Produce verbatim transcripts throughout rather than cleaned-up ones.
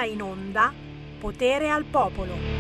in onda Potere al Popolo.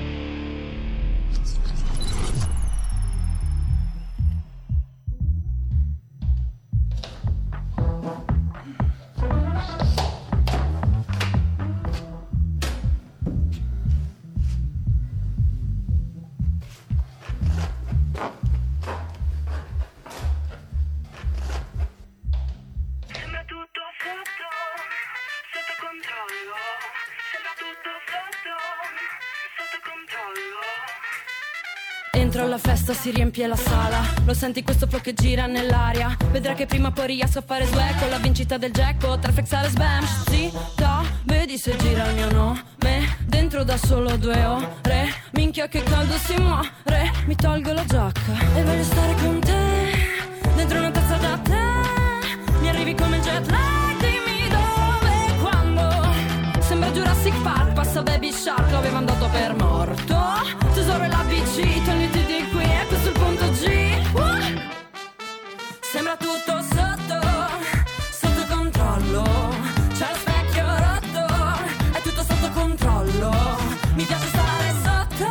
Dentro alla festa si riempie la sala, lo senti questo flow che gira nell'aria. Vedrai che prima o poi riesco a fare swag con la vincita del jackpot tra flexare sbam. Zitta, vedi se gira il mio nome dentro da solo due ore. Minchia che caldo si muore, mi tolgo la giacca e voglio stare con te dentro una tazza da te. Mi arrivi come il jet lag, dimmi dove e quando. Sembra Jurassic Park, passa Baby Shark, lo avevano dato per morto. Tesoro e la B C, togliti di qui e questo è il punto G. uh! Sembra tutto sotto, sotto controllo. C'è lo specchio rotto, è tutto sotto controllo. Mi piace stare sotto,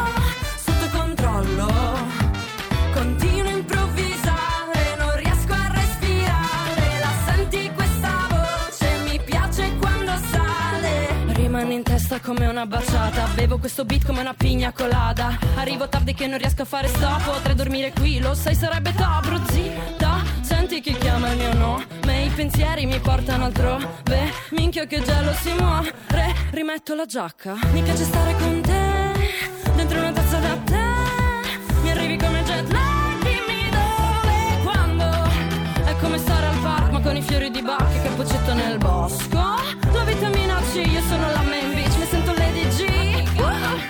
sotto controllo. Continuo a improvvisare, non riesco a respirare. La senti questa voce, mi piace quando sale. Rimane in testa come una baciata, bevo questo beat come una pigna colada. Arrivo tardi che non riesco a fare stop, potrei dormire qui, lo sai sarebbe top. Zitta, senti chi chiama il mio nome, i pensieri mi portano altrove. Minchia che gelo si muore, rimetto la giacca. Mi piace stare con te, dentro una tazza da te. Mi arrivi come jet lag, dimmi dove e quando. È come stare al parco ma con i fiori di Bach e cappuccetto nel bosco. La vitamina C, io sono la main bitch, mi sento Lady G. uh!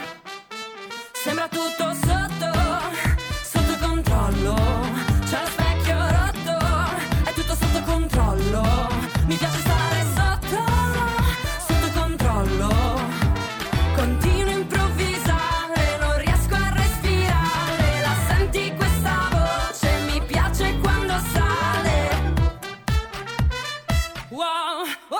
Sembra tutto sotto, sotto controllo. C'è lo specchio rotto, è tutto sotto controllo. Mi piace stare sotto, sotto controllo. Continuo a improvvisare, non riesco a respirare. La senti questa voce, mi piace quando sale. Wow, wow.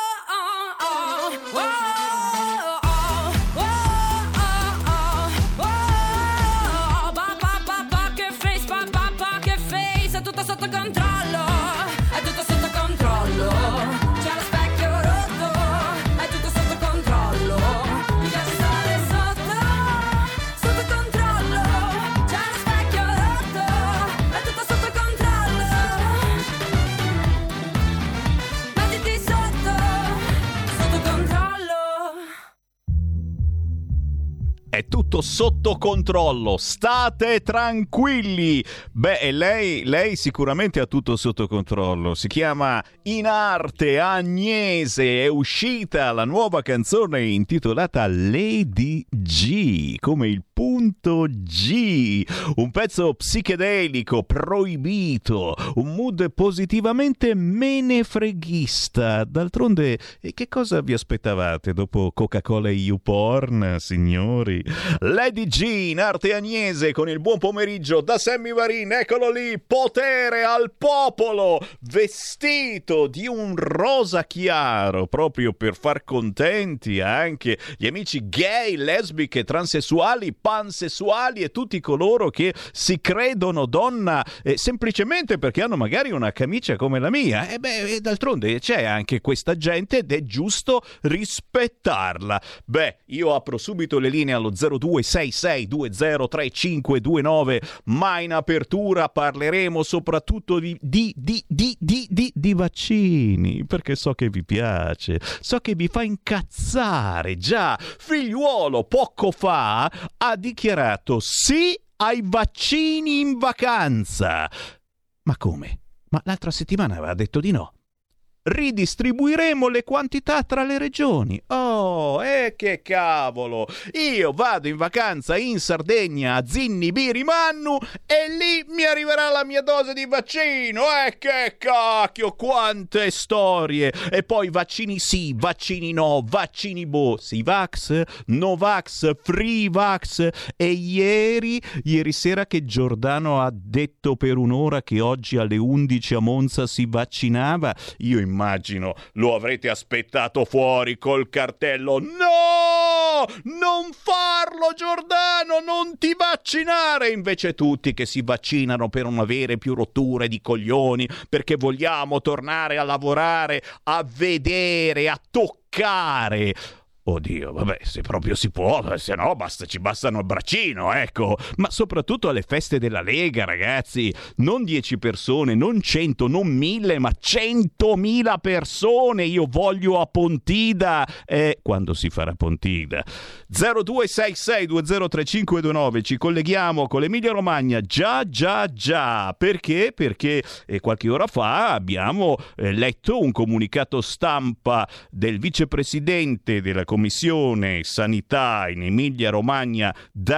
È tutto sotto controllo, state tranquilli. Beh, e lei, lei sicuramente ha tutto sotto controllo. Si chiama In Arte Agnese, è uscita la nuova canzone intitolata Lady G, come il punto G, un pezzo psichedelico, proibito, un mood positivamente menefreghista. D'altronde, che cosa vi aspettavate dopo Coca-Cola e YouPorn, signori? Lady G in Arte Agnese con il buon pomeriggio da Sammy Varin, eccolo lì, Potere al Popolo, vestito di un rosa chiaro proprio per far contenti anche gli amici gay, lesbiche, transessuali, pansessuali e tutti coloro che si credono donna eh, semplicemente perché hanno magari una camicia come la mia. E beh, d'altronde c'è anche questa gente ed è giusto rispettarla. Beh, io apro subito le linee allo zero due sei sei due zero tre cinque due nove, ma in apertura parleremo soprattutto di, di, di, di, di, di, di vaccini, perché so che vi piace, so che vi fa incazzare. Già, Figliuolo poco fa ha dichiarato sì ai vaccini in vacanza. Ma come? Ma l'altra settimana aveva detto di no. Ridistribuiremo le quantità tra le regioni. Oh, e eh, che cavolo! Io vado in vacanza in Sardegna a Zinni Birimannu e lì mi arriverà la mia dose di vaccino. E eh, che cacchio, quante storie! E poi vaccini sì, vaccini no, vaccini boh, sì vax, no vax, free vax. E ieri, ieri sera che Giordano ha detto per un'ora che oggi alle undici a Monza si vaccinava, io in immagino lo avrete aspettato fuori col cartello: no, non farlo Giordano, non ti vaccinare. Invece tutti che si vaccinano per non avere più rotture di coglioni, perché vogliamo tornare a lavorare, a vedere, a toccare. Oddio, vabbè, se proprio si può, se no basta, ci bastano il braccino, ecco. Ma soprattutto alle feste della Lega, ragazzi, non dieci persone, non cento, non mille, ma centomila persone. Io voglio a Pontida. Eh, quando si farà Pontida? zero due sei sei due zero tre cinque due nove, ci colleghiamo con l'Emilia Romagna. Già, già, già. Perché? Perché eh, qualche ora fa abbiamo eh, letto un comunicato stampa del vicepresidente della Commissione Sanità in Emilia Romagna,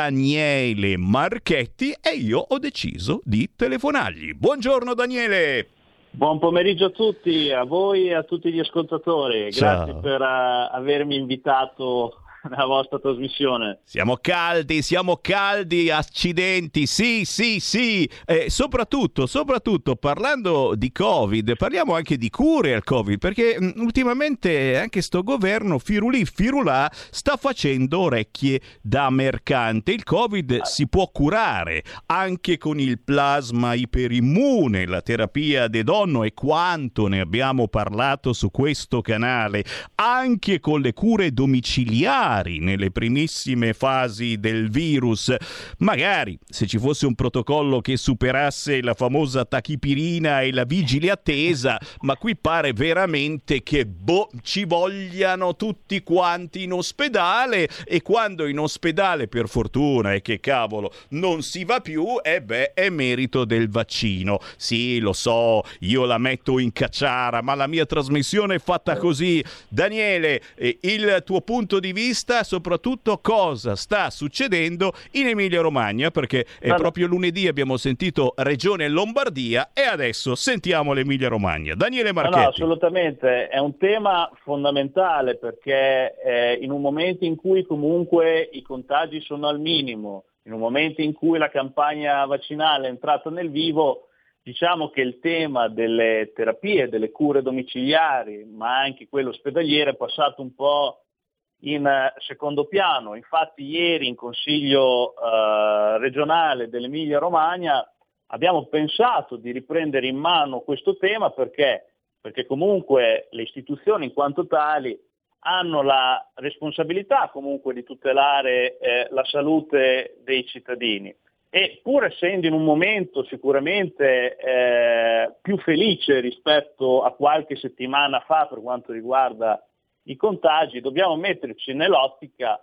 Daniele Marchetti, e io ho deciso di telefonargli. Buongiorno Daniele! Buon pomeriggio a tutti, a voi e a tutti gli ascoltatori. Ciao. Grazie per uh, avermi invitato nella vostra trasmissione. Siamo caldi, siamo caldi, accidenti, sì, sì, sì. Eh, soprattutto, soprattutto parlando di Covid, parliamo anche di cure al Covid, perché mh, ultimamente anche sto governo firulì, firulà, sta facendo orecchie da mercante. Il Covid si può curare anche con il plasma iperimmune, la terapia de donno, e quanto ne abbiamo parlato su questo canale, anche con le cure domiciliari nelle primissime fasi del virus. Magari se ci fosse un protocollo che superasse la famosa tachipirina e la vigile attesa, ma qui pare veramente che boh, ci vogliano tutti quanti in ospedale, e quando in ospedale, per fortuna, e che cavolo, non si va più, e eh beh, è merito del vaccino. Sì, lo so, io la metto in cacciara, ma la mia trasmissione è fatta così. Daniele, eh, il tuo punto di vista, soprattutto cosa sta succedendo in Emilia Romagna, perché è allora, proprio lunedì abbiamo sentito Regione Lombardia e adesso sentiamo l'Emilia Romagna. Daniele Marchetti. No, no, assolutamente, è un tema fondamentale, perché eh, in un momento in cui comunque i contagi sono al minimo, in un momento in cui la campagna vaccinale è entrata nel vivo, diciamo che il tema delle terapie, delle cure domiciliari, ma anche quello ospedaliere, è passato un po' in secondo piano. Infatti ieri in Consiglio eh, regionale dell'Emilia Romagna abbiamo pensato di riprendere in mano questo tema, perché perché comunque le istituzioni in quanto tali hanno la responsabilità comunque di tutelare eh, la salute dei cittadini, e pur essendo in un momento sicuramente eh, più felice rispetto a qualche settimana fa per quanto riguarda i contagi, dobbiamo metterci nell'ottica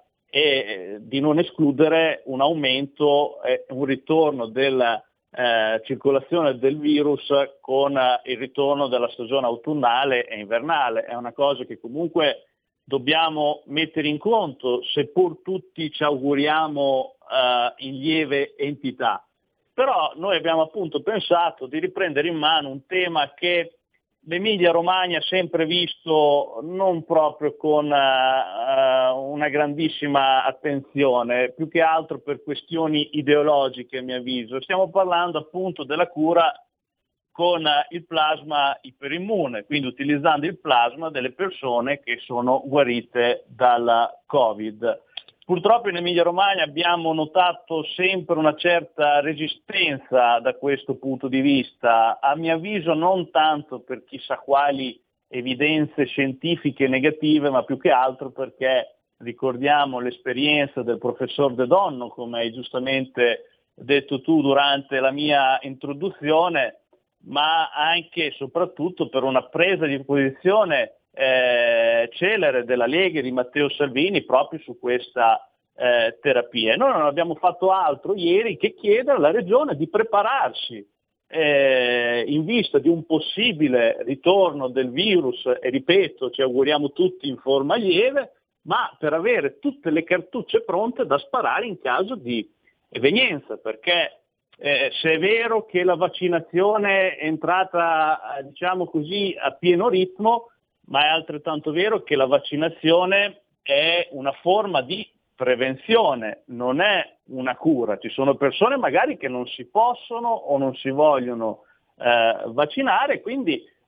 e, di non escludere un aumento e un ritorno della eh, circolazione del virus con eh, il ritorno della stagione autunnale e invernale. È una cosa che comunque dobbiamo mettere in conto, seppur tutti ci auguriamo eh, in lieve entità. Però noi abbiamo appunto pensato di riprendere in mano un tema che l'Emilia Romagna ha sempre visto non proprio con uh, una grandissima attenzione, più che altro per questioni ideologiche, a mio avviso. Stiamo parlando appunto della cura con uh, il plasma iperimmune, quindi utilizzando il plasma delle persone che sono guarite dalla Covid. Purtroppo in Emilia Romagna abbiamo notato sempre una certa resistenza da questo punto di vista, a mio avviso non tanto per chissà quali evidenze scientifiche negative, ma più che altro perché ricordiamo l'esperienza del professor De Donno, come hai giustamente detto tu durante la mia introduzione, ma anche e soprattutto per una presa di posizione Eh, celere della Lega e di Matteo Salvini proprio su questa eh, terapia. Noi non abbiamo fatto altro ieri che chiedere alla Regione di prepararsi eh, in vista di un possibile ritorno del virus, e ripeto, ci auguriamo tutti in forma lieve, ma per avere tutte le cartucce pronte da sparare in caso di evenienza, perché eh, se è vero che la vaccinazione è entrata, eh, diciamo così, a pieno ritmo, ma è altrettanto vero che la vaccinazione è una forma di prevenzione, non è una cura. Ci sono persone magari che non si possono o non si vogliono eh, vaccinare, quindi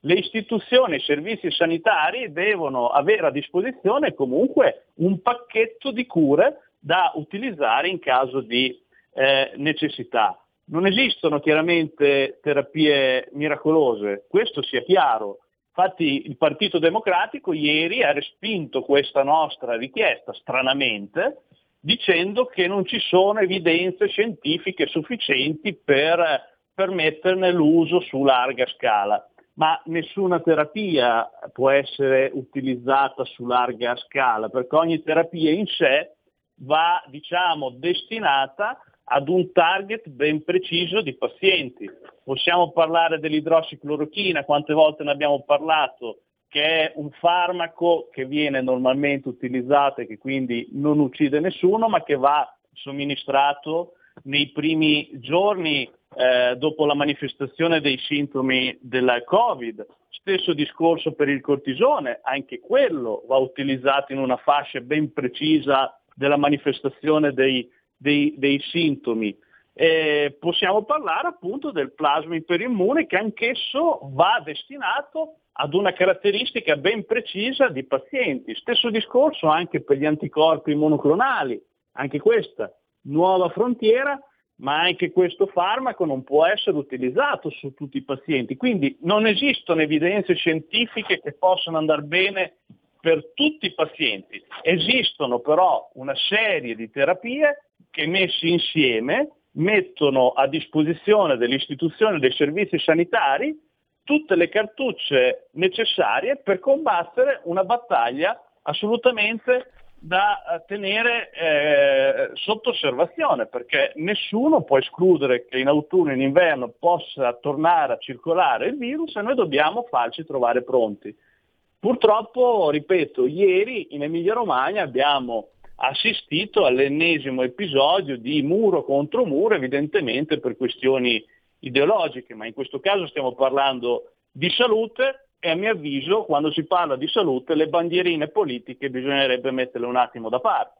le istituzioni e i servizi sanitari devono avere a disposizione comunque un pacchetto di cure da utilizzare in caso di eh, necessità. Non esistono chiaramente terapie miracolose, questo sia chiaro. Infatti il Partito Democratico ieri ha respinto questa nostra richiesta, stranamente, dicendo che non ci sono evidenze scientifiche sufficienti per permetterne l'uso su larga scala. Ma nessuna terapia può essere utilizzata su larga scala, perché ogni terapia in sé va, diciamo, destinata ad un target ben preciso di pazienti. Possiamo parlare dell'idrossiclorochina, quante volte ne abbiamo parlato, che è un farmaco che viene normalmente utilizzato e che quindi non uccide nessuno, ma che va somministrato nei primi giorni eh, dopo la manifestazione dei sintomi della Covid. Stesso discorso per il cortisone, anche quello va utilizzato in una fascia ben precisa della manifestazione dei, dei, dei sintomi. Eh, possiamo parlare appunto del plasma iperimmune, che anch'esso va destinato ad una caratteristica ben precisa di pazienti. Stesso discorso anche per gli anticorpi monoclonali, anche questa nuova frontiera, ma anche questo farmaco non può essere utilizzato su tutti i pazienti. Quindi non esistono evidenze scientifiche che possano andare bene per tutti i pazienti. Esistono però una serie di terapie che messi insieme mettono a disposizione delle istituzioni e dei servizi sanitari tutte le cartucce necessarie per combattere una battaglia assolutamente da tenere eh, sotto osservazione, perché nessuno può escludere che in autunno e in inverno possa tornare a circolare il virus e noi dobbiamo farci trovare pronti. Purtroppo, ripeto, ieri in Emilia-Romagna abbiamo assistito all'ennesimo episodio di muro contro muro, evidentemente per questioni ideologiche, ma in questo caso stiamo parlando di salute e a mio avviso quando si parla di salute le bandierine politiche bisognerebbe metterle un attimo da parte.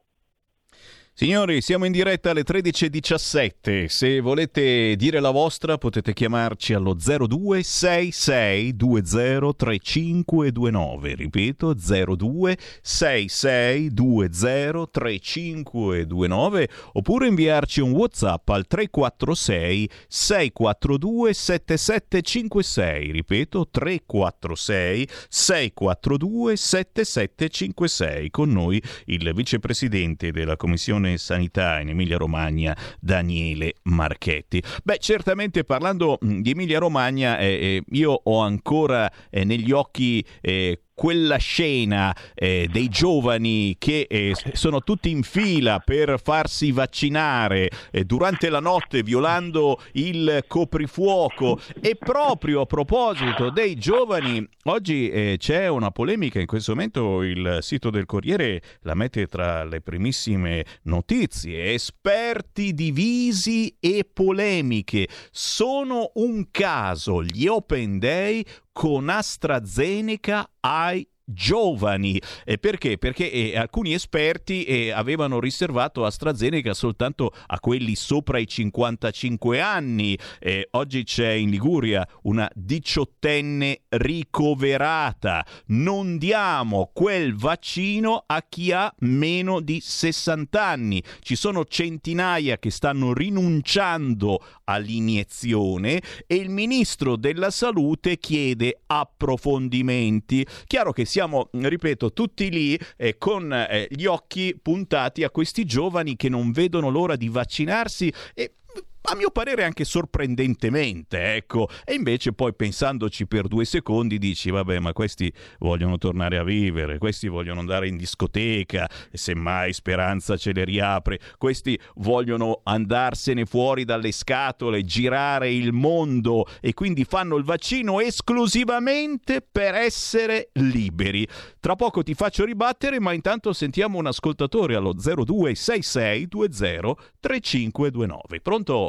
Signori, siamo in diretta alle tredici e diciassette. Se volete dire la vostra potete chiamarci allo zero due sei sei due zero tre cinque due nove. Ripeto, zero due sei sei due zero tre cinque due nove, oppure inviarci un WhatsApp al tre quattro sei sei quattro due sette sette cinque sei. Ripeto, tre quattro sei sei quattro due sette sette cinque sei. Con noi il vicepresidente della Commissione Sanità in Emilia Romagna, Daniele Marchetti. Beh, certamente parlando di Emilia Romagna, eh, eh, io ho ancora eh, negli occhi eh, quella scena eh, dei giovani che eh, sono tutti in fila per farsi vaccinare eh, durante la notte, violando il coprifuoco. E proprio a proposito dei giovani, oggi eh, c'è una polemica. In questo momento il sito del Corriere la mette tra le primissime notizie: esperti divisi e polemiche. Sono un caso gli Open Day con AstraZeneca ai giovani. E perché? Perché eh, alcuni esperti eh, avevano riservato AstraZeneca soltanto a quelli sopra i cinquantacinque anni. Eh, oggi c'è in Liguria una diciottenne ricoverata. Non diamo quel vaccino a chi ha meno di sessanta anni. Ci sono centinaia che stanno rinunciando all'iniezione e il ministro della salute chiede approfondimenti. Chiaro che siamo, ripeto, tutti lì eh, con eh, gli occhi puntati a questi giovani che non vedono l'ora di vaccinarsi e a mio parere anche sorprendentemente, ecco. E invece poi pensandoci per due secondi dici vabbè, ma questi vogliono tornare a vivere, questi vogliono andare in discoteca e semmai Speranza ce le riapre, questi vogliono andarsene fuori dalle scatole, girare il mondo e quindi fanno il vaccino esclusivamente per essere liberi. Tra poco ti faccio ribattere, ma intanto sentiamo un ascoltatore allo zero due sei sei due zero tre cinque due nove. Pronto?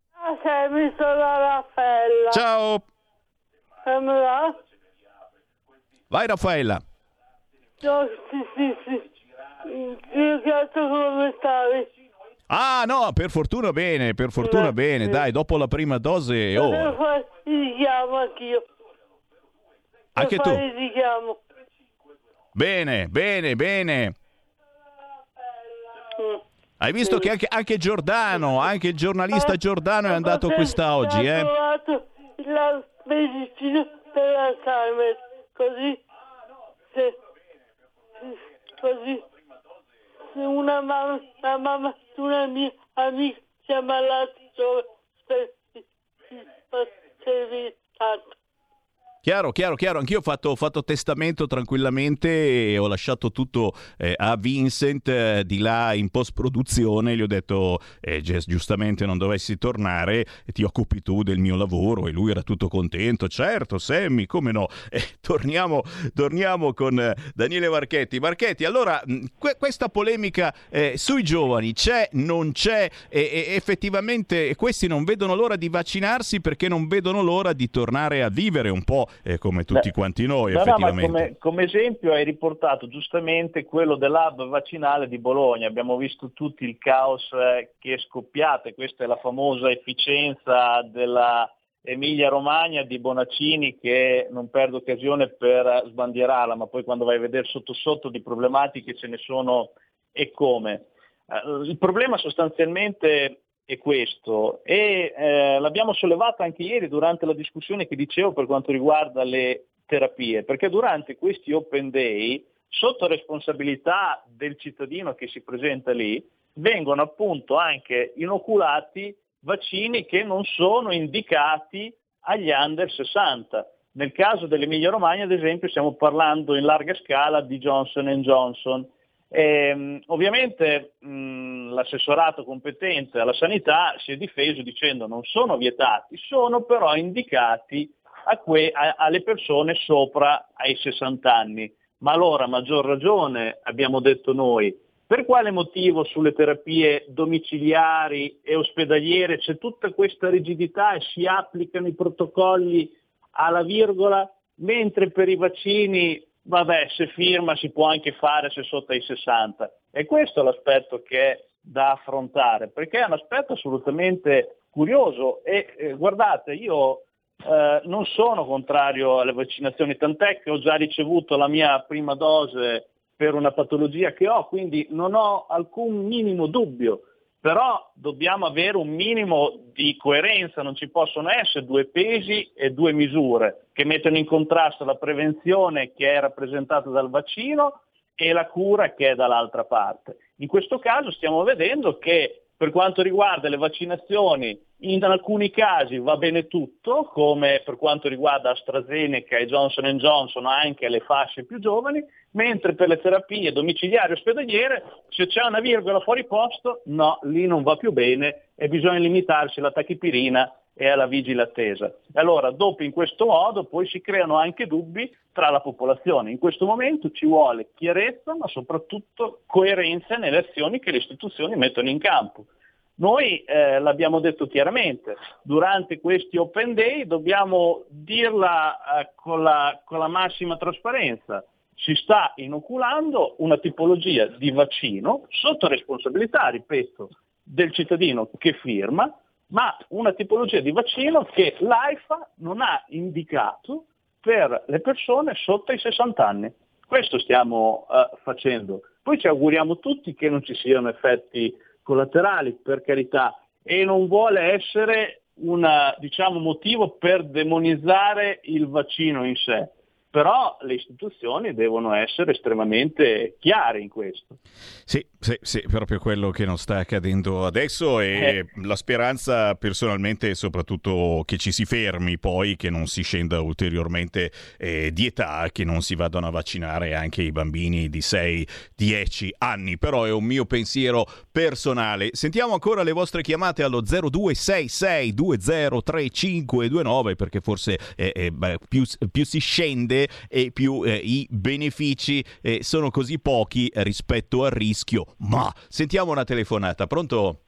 Ah, mi sono Raffaella. Ciao. Come va? Vai Raffaella. No, sì, sì, sì. Io chiedo come stavi. Ah no, per fortuna bene, per fortuna Beh, bene. sì. Dai, dopo la prima dose... Oh. Ti chiamo anch'io. Anche tu. fare il richiamo. Bene, bene, bene. Mm. Hai visto che anche, anche Giordano, anche il giornalista Giordano è andato questa oggi, eh? Ho trovato la medicina per l'Alzheimer, così se, così se una mamma, la mamma di una mia amica si è ammalata per servire tanto. Chiaro, chiaro, chiaro. Anch'io ho fatto, ho fatto testamento tranquillamente e ho lasciato tutto eh, a Vincent eh, di là in post-produzione. Gli ho detto, eh, giustamente non dovessi tornare, ti occupi tu del mio lavoro. E lui era tutto contento. Certo, Sammy, come no? Eh, torniamo, torniamo con eh, Daniele Marchetti. Marchetti, allora, que- questa polemica eh, sui giovani c'è, non c'è? E, e effettivamente questi non vedono l'ora di vaccinarsi perché non vedono l'ora di tornare a vivere un po' Eh, come tutti Beh, quanti noi, no, effettivamente. No, ma come, come esempio hai riportato giustamente quello dell'hub vaccinale di Bologna. Abbiamo visto tutti il caos eh, che è scoppiato, e questa è la famosa efficienza della Emilia Romagna di Bonaccini, che non perdo occasione per sbandierarla, ma poi quando vai a vedere sotto sotto di problematiche ce ne sono e come. Eh, il problema sostanzialmente è questo, e eh, l'abbiamo sollevato anche ieri durante la discussione che dicevo per quanto riguarda le terapie, perché durante questi Open Day, sotto responsabilità del cittadino che si presenta lì, vengono appunto anche inoculati vaccini che non sono indicati agli under sessanta. Nel caso dell'Emilia Romagna, ad esempio, stiamo parlando in larga scala di Johnson and Johnson. Eh, ovviamente mh, l'assessorato competente alla sanità si è difeso dicendo non sono vietati, sono però indicati a que- a- alle persone sopra ai sessanta anni. Ma allora, a maggior ragione, abbiamo detto noi, per quale motivo sulle terapie domiciliari e ospedaliere c'è tutta questa rigidità e si applicano i protocolli alla virgola, mentre per i vaccini vabbè, se firma si può anche fare se sotto ai sessanta. E questo è l'aspetto che è da affrontare, perché è un aspetto assolutamente curioso. E eh, guardate, io eh, non sono contrario alle vaccinazioni, tant'è che ho già ricevuto la mia prima dose per una patologia che ho, quindi non ho alcun minimo dubbio. Però dobbiamo avere un minimo di coerenza, non ci possono essere due pesi e due misure che mettono in contrasto la prevenzione che è rappresentata dal vaccino e la cura che è dall'altra parte. In questo caso stiamo vedendo che per quanto riguarda le vaccinazioni, in alcuni casi va bene tutto, come per quanto riguarda AstraZeneca e Johnson and Johnson anche le fasce più giovani, mentre per le terapie domiciliari ospedaliere, se c'è una virgola fuori posto, no, lì non va più bene e bisogna limitarsi alla tachipirina e alla vigile attesa. Allora, dopo in questo modo poi si creano anche dubbi tra la popolazione. In questo momento ci vuole chiarezza, ma soprattutto coerenza nelle azioni che le istituzioni mettono in campo. Noi eh, l'abbiamo detto chiaramente, durante questi Open Day dobbiamo dirla eh, con, la, con la massima trasparenza. Si sta inoculando una tipologia di vaccino sotto responsabilità, ripeto, del cittadino che firma, ma una tipologia di vaccino che l'AIFA non ha indicato per le persone sotto i sessanta anni. Questo stiamo uh, facendo. Poi ci auguriamo tutti che non ci siano effetti collaterali, per carità, e non vuole essere un diciamo, motivo per demonizzare il vaccino in sé. Però le istituzioni devono essere estremamente chiare in questo. Sì, sì, sì, proprio quello che non sta accadendo adesso, e eh. la speranza personalmente è soprattutto che ci si fermi poi, che non si scenda ulteriormente eh, di età, che non si vadano a vaccinare anche i bambini di sei dieci anni, però è un mio pensiero personale. Sentiamo ancora le vostre chiamate allo zero due sei sei due zero tre cinque due nove, perché forse eh, eh, beh, più, più si scende e più eh, i benefici eh, sono così pochi rispetto al rischio. Ma sentiamo una telefonata. Pronto?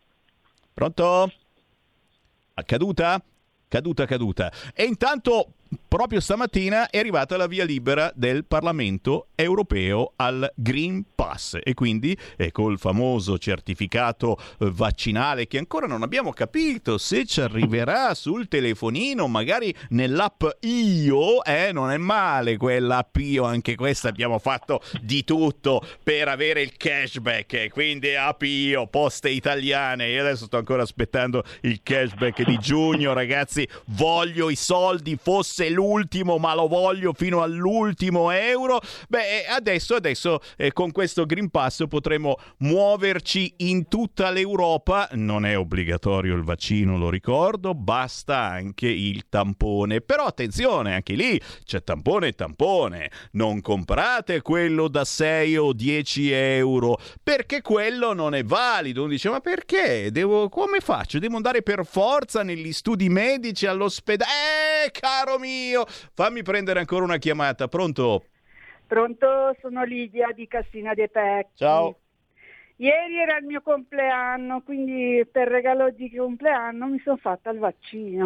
Pronto? Caduta? Caduta, caduta. E intanto proprio stamattina è arrivata la via libera del Parlamento europeo al Green Pass e quindi eh, col famoso certificato eh, vaccinale che ancora non abbiamo capito se ci arriverà sul telefonino, magari nell'app Io, eh, non è male quell'app Io, anche questa abbiamo fatto di tutto per avere il cashback, eh, quindi app Io, poste italiane, io adesso sto ancora aspettando il cashback di giugno, ragazzi, voglio i soldi, fosse l'ultimo, ma lo voglio fino all'ultimo euro. Beh, adesso, adesso eh, con questo Green Pass potremo muoverci in tutta l'Europa, non è obbligatorio il vaccino, lo ricordo, basta anche il tampone, però attenzione, anche lì c'è tampone e tampone, non comprate quello da sei o dieci euro, perché quello non è valido. Uno dice, ma perché? Devo, come faccio? Devo andare per forza negli studi medici, all'ospedale? Eh, caro mio, fammi prendere ancora una chiamata. Pronto? Pronto, sono Lidia di Cassina dei Pecchi. Ciao. Ieri era il mio compleanno, quindi per regalo di compleanno mi sono fatta il vaccino.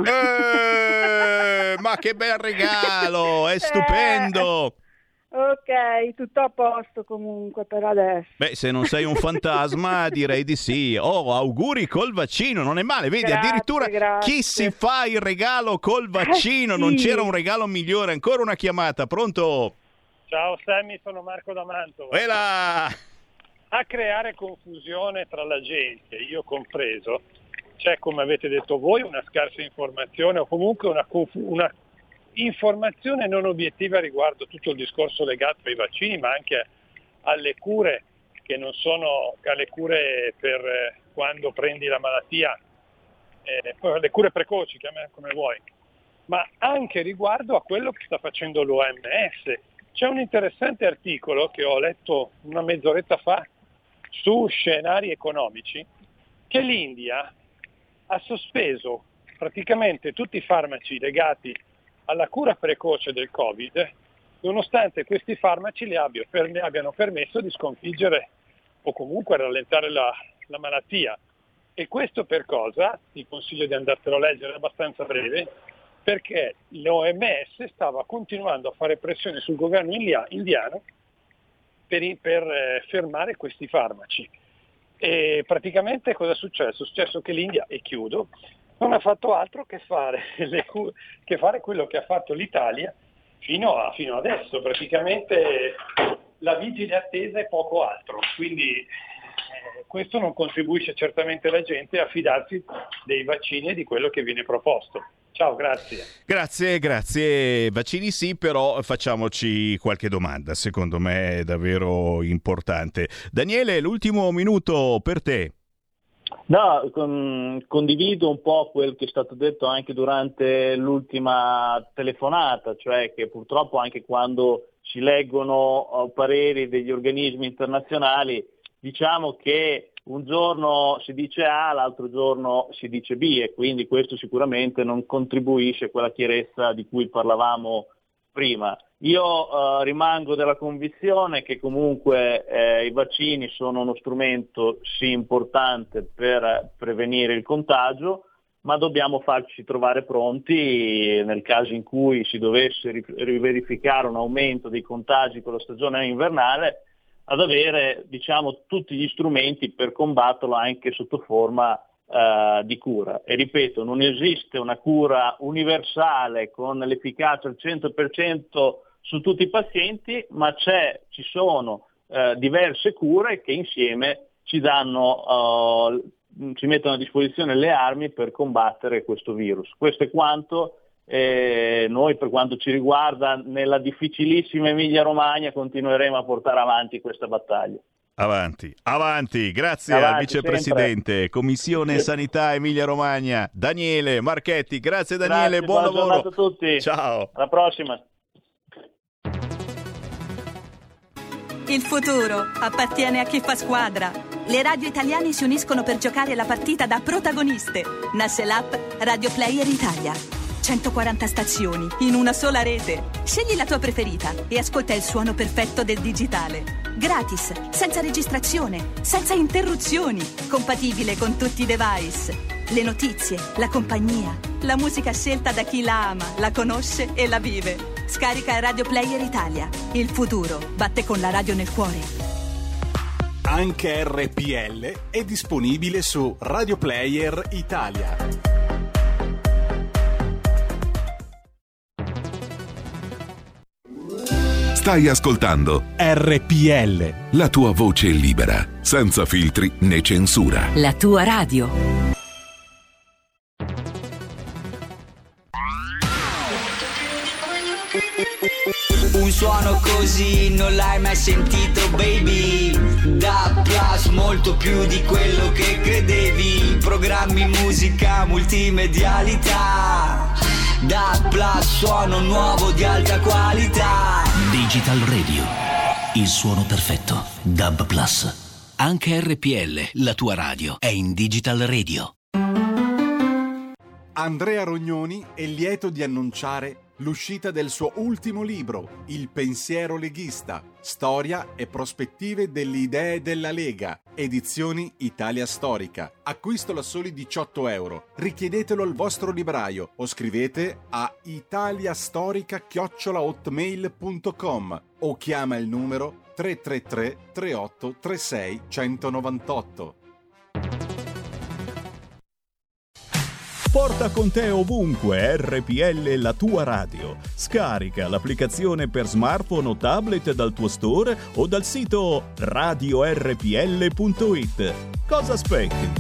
Eh, ma che bel regalo, è stupendo. Eh. Ok, tutto a posto comunque per adesso. Beh, se non sei un fantasma direi di sì. Oh, auguri col vaccino, non è male. Vedi, grazie, addirittura grazie. Chi si fa il regalo col vaccino? Eh, sì. Non c'era un regalo migliore. Ancora una chiamata, pronto? Ciao Sammy, sono Marco da Mantova. Ela! A creare confusione tra la gente, io compreso, c'è, come avete detto voi, una scarsa informazione o comunque una, confu- una informazione non obiettiva riguardo tutto il discorso legato ai vaccini, ma anche alle cure che non sono alle cure per eh, quando prendi la malattia, eh, le cure precoci, chiamale come vuoi, ma anche riguardo a quello che sta facendo l'O M S. C'è un interessante articolo che ho letto una mezz'oretta fa su scenari economici, che l'India ha sospeso praticamente tutti i farmaci legati alla cura precoce del Covid, nonostante questi farmaci le, abbia, per, le abbiano permesso di sconfiggere o comunque rallentare la, la malattia. E questo per cosa? Ti consiglio di andartelo a leggere, è abbastanza breve, perché l'O M S stava continuando a fare pressione sul governo indiano per, per eh, fermare questi farmaci. E praticamente cosa è successo? È successo che l'India, e chiudo, non ha fatto altro che fare, le cu- che fare quello che ha fatto l'Italia fino, a, fino adesso, praticamente la vigile attesa e poco altro. Quindi eh, questo non contribuisce certamente la gente a fidarsi dei vaccini e di quello che viene proposto. Ciao, grazie. Grazie, grazie. Vaccini sì, però facciamoci qualche domanda, secondo me è davvero importante. Daniele, l'ultimo minuto per te. No, con, condivido un po' quel che è stato detto anche durante l'ultima telefonata, cioè che purtroppo anche quando si leggono uh, pareri degli organismi internazionali, diciamo che un giorno si dice A, l'altro giorno si dice B, e quindi questo sicuramente non contribuisce a quella chiarezza di cui parlavamo prima. Io uh, rimango della convinzione che comunque eh, i vaccini sono uno strumento sì importante per prevenire il contagio, ma dobbiamo farci trovare pronti nel caso in cui si dovesse riverificare un aumento dei contagi con la stagione invernale, ad avere, diciamo, tutti gli strumenti per combatterlo anche sotto forma uh, di cura. E ripeto, non esiste una cura universale con l'efficacia al cento per cento su tutti i pazienti, ma c'è, ci sono uh, diverse cure che insieme ci danno, uh, ci mettono a disposizione le armi per combattere questo virus. Questo è quanto. E noi, per quanto ci riguarda, nella difficilissima Emilia Romagna continueremo a portare avanti questa battaglia. Avanti, avanti, grazie avanti, al vicepresidente, sempre. Commissione Sanità Emilia Romagna, Daniele Marchetti. Grazie Daniele, grazie, buon lavoro. A tutti. Ciao. Alla prossima. Il futuro appartiene a chi fa squadra. Le radio italiane si uniscono per giocare la partita da protagoniste. Nasce l'app Radio Player Italia. centoquaranta stazioni in una sola rete. Scegli la tua preferita e ascolta il suono perfetto del digitale. Gratis, senza registrazione, senza interruzioni, compatibile con tutti i device. le notizie, la compagnia, la musica scelta da chi la ama, la conosce e la vive. Scarica Radio Player Italia. Il futuro batte con la radio nel cuore. Anche R P L è disponibile su Radio Player Italia. Stai ascoltando R P L, la tua voce libera, senza filtri né censura. La tua radio. Un suono così non l'hai mai sentito, baby. Da Plus, molto più di quello che credevi. Programmi, musica, multimedialità. Da Plus, suono nuovo di alta qualità. Digital Radio, il suono perfetto. Dub Plus. Anche R P L, la tua radio, è in Digital Radio. Andrea Rognoni è lieto di annunciare l'uscita del suo ultimo libro, Il pensiero leghista, storia e prospettive delle idee della Lega, edizioni Italia Storica. Acquistalo a soli diciotto euro. Richiedetelo al vostro libraio o scrivete a italiastorica chiocciola hotmail punto com o chiama il numero tre tre tre tre otto tre sei uno nove otto. Porta con te ovunque R P L, la tua radio. Scarica l'applicazione per smartphone o tablet dal tuo store o dal sito radio r p l punto i t. Cosa aspetti?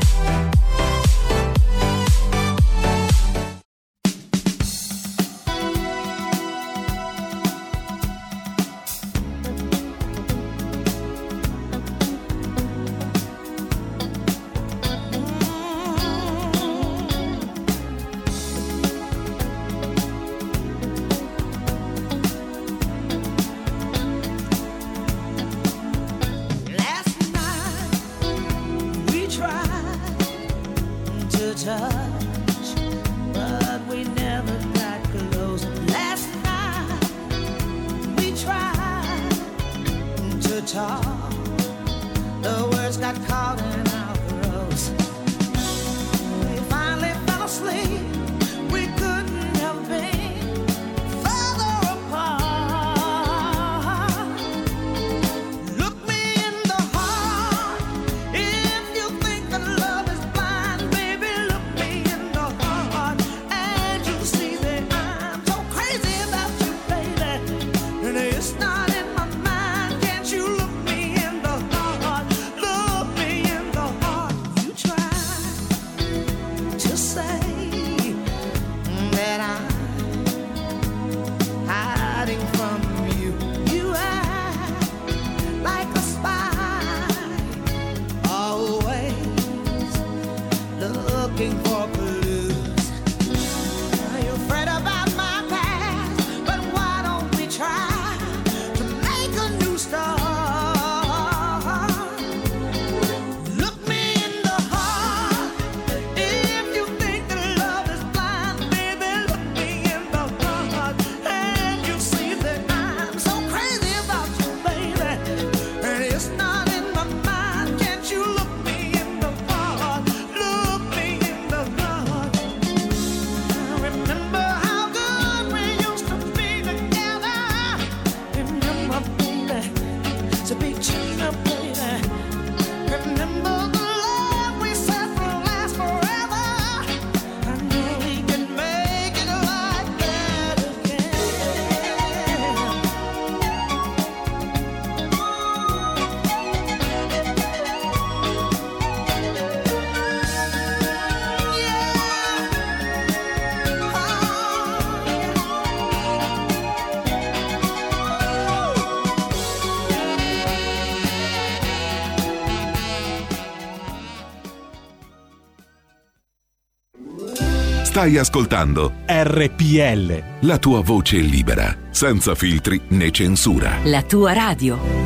Stai ascoltando R P L, la tua voce libera, senza filtri né censura. La tua radio.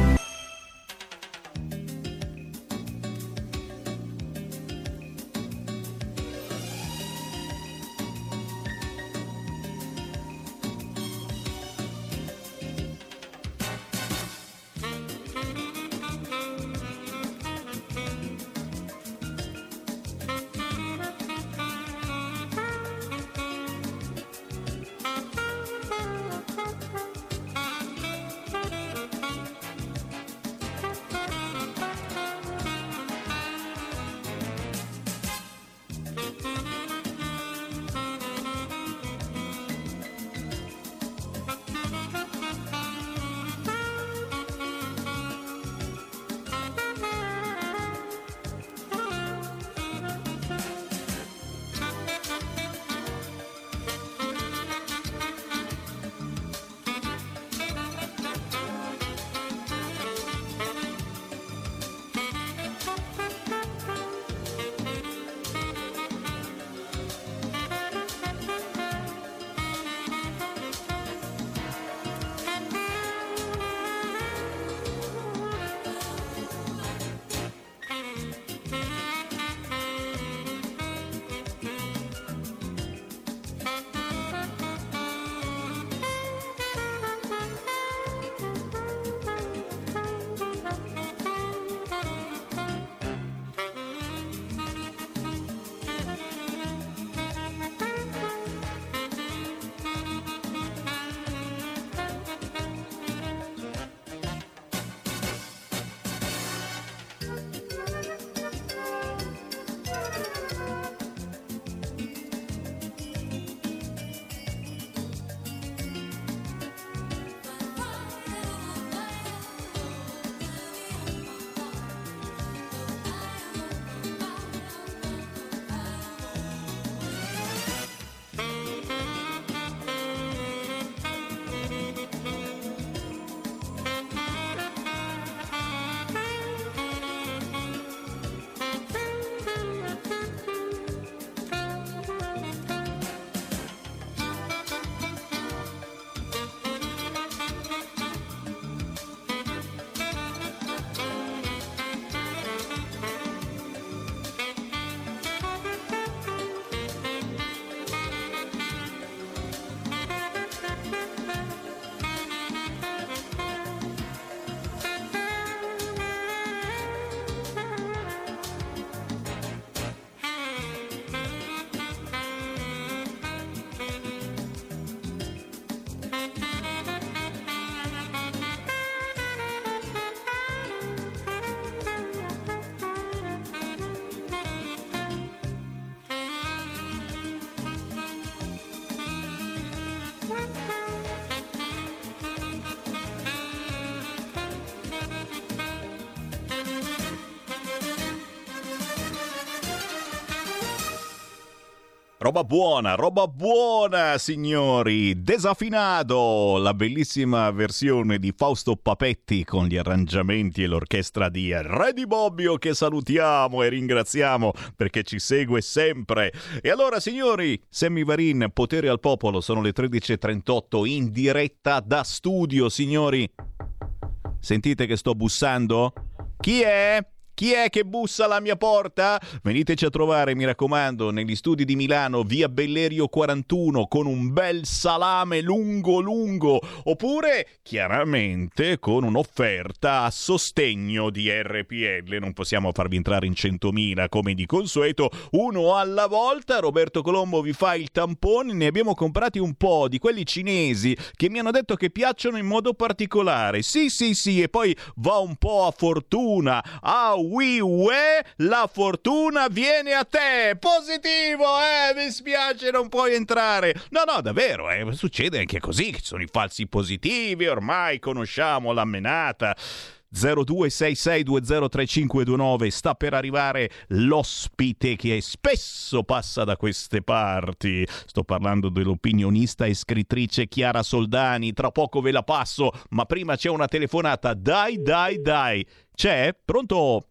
Roba buona, roba buona, signori. Desafinado, la bellissima versione di Fausto Papetti con gli arrangiamenti e l'orchestra di Re di Bobbio, che salutiamo e ringraziamo perché ci segue sempre. E allora, signori, Sammy Varin, Potere al Popolo, sono le tredici e trentotto in diretta da studio, signori. Sentite che sto bussando? Chi è? Chi è che bussa alla mia porta? Veniteci a trovare, mi raccomando, negli studi di Milano, via Bellerio quarantuno, con un bel salame lungo lungo, oppure, chiaramente, con un'offerta a sostegno di R P L. Non possiamo farvi entrare in centomila, come di consueto, uno alla volta. Roberto Colombo vi fa il tampone, ne abbiamo comprati un po' di quelli cinesi che mi hanno detto che piacciono in modo particolare. Sì, sì, sì, e poi va un po' a fortuna. Ah, oui, uè, la fortuna viene a te. Positivo, eh, mi spiace, non puoi entrare. No, no, davvero, eh, succede anche così, che sono i falsi positivi, ormai conosciamo la menata. zero due sei sei due zero tre cinque due nove, sta per arrivare l'ospite che spesso passa da queste parti. Sto parlando dell'opinionista e scrittrice Chiara Soldani. Tra poco ve la passo, ma prima c'è una telefonata. Dai, dai, dai. C'è? Pronto?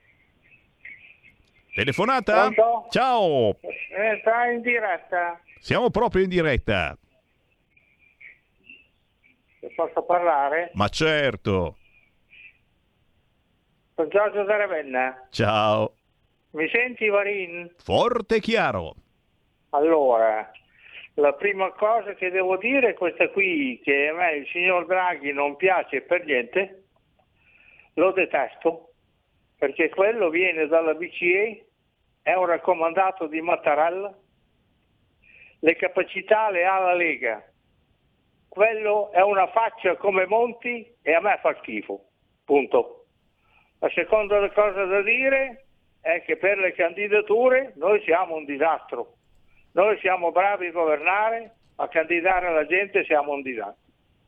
Telefonata? Pronto? Ciao. Eh, sta in diretta. Siamo proprio in diretta. Posso parlare? Ma certo. Sono Giorgio da Ravenna. Ciao. Mi senti, Varin? Forte e chiaro. Allora, la prima cosa che devo dire è questa qui, che a me il signor Draghi non piace per niente, lo detesto, perché quello viene dalla B C E, è un raccomandato di Mattarella, le capacità le ha la Lega, quello è una faccia come Monti e a me fa schifo, punto. La seconda cosa da dire è che per le candidature noi siamo un disastro. Noi siamo bravi a governare, a candidare la gente siamo un disastro.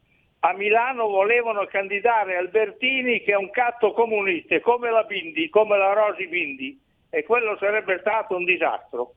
A Milano volevano candidare Albertini, che è un catto comunista, come la Bindi, come la Rosi Bindi, e quello sarebbe stato un disastro.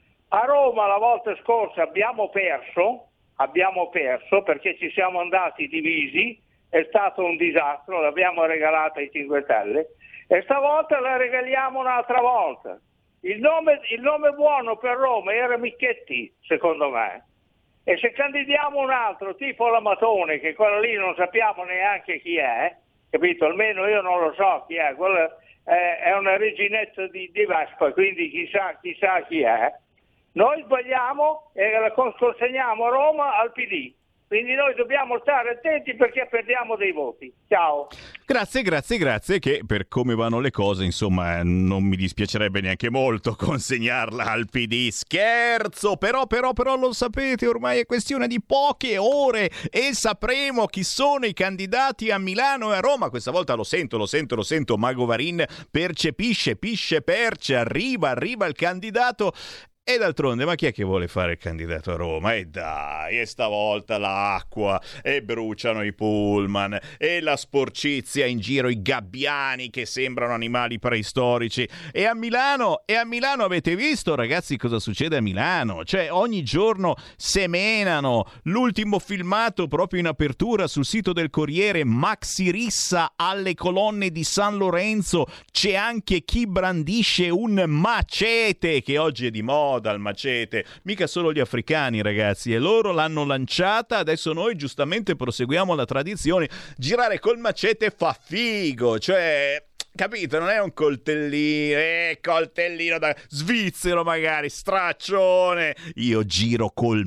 A Roma la volta scorsa abbiamo perso, abbiamo perso perché ci siamo andati divisi, è stato un disastro, l'abbiamo regalata ai cinque Stelle e stavolta la regaliamo un'altra volta. Il nome, il nome buono per Roma era Michetti, secondo me, e se candidiamo un altro tipo Lamatone, che quello lì non sappiamo neanche chi è, capito? Almeno io non lo so chi è, quello è, è una reginetta di, di Vespa, quindi chissà, chissà chi è. Noi sbagliamo e la consegniamo Roma al P D. Quindi noi dobbiamo stare attenti perché perdiamo dei voti. Ciao. Grazie, grazie, grazie, che per come vanno le cose, insomma, non mi dispiacerebbe neanche molto consegnarla al P D. Scherzo, però, però, però lo sapete, ormai è questione di poche ore e sapremo chi sono i candidati a Milano e a Roma. Questa volta lo sento, lo sento, lo sento, Mago Varin percepisce, pisce, perce, arriva, arriva il candidato. E d'altronde, ma chi è che vuole fare il candidato a Roma? E dai, e stavolta l'acqua, e bruciano i pullman, e la sporcizia in giro, i gabbiani che sembrano animali preistorici. E a Milano, e a Milano avete visto, ragazzi, cosa succede a Milano? Cioè, ogni giorno semenano. L'ultimo filmato proprio in apertura sul sito del Corriere, Maxi Rissa alle colonne di San Lorenzo. C'è anche chi brandisce un macete, che oggi è di moda. Dal macete, mica solo gli africani, ragazzi, e loro l'hanno lanciata. Adesso noi giustamente proseguiamo la tradizione. Girare col macete fa figo, cioè, capito? Non è un coltellino, eh, coltellino da svizzero magari, straccione. Io giro col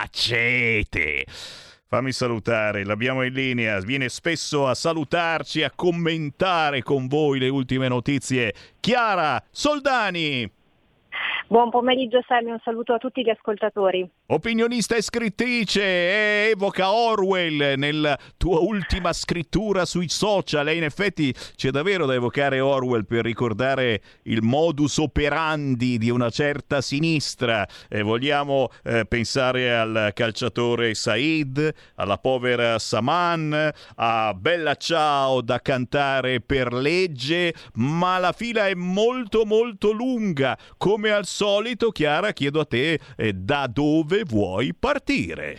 macete. Fammi salutare, l'abbiamo in linea, viene spesso a salutarci, a commentare con voi le ultime notizie. Chiara Soldani. Buon pomeriggio Sammy, un saluto a tutti gli ascoltatori. Opinionista e scrittrice, e evoca Orwell nella tua ultima scrittura sui social, e in effetti c'è davvero da evocare Orwell per ricordare il modus operandi di una certa sinistra. E vogliamo eh, pensare al calciatore Said, alla povera Saman, a Bella Ciao da cantare per legge, ma la fila è molto molto lunga. Come al solito, Chiara, chiedo a te eh, da dove vuoi partire?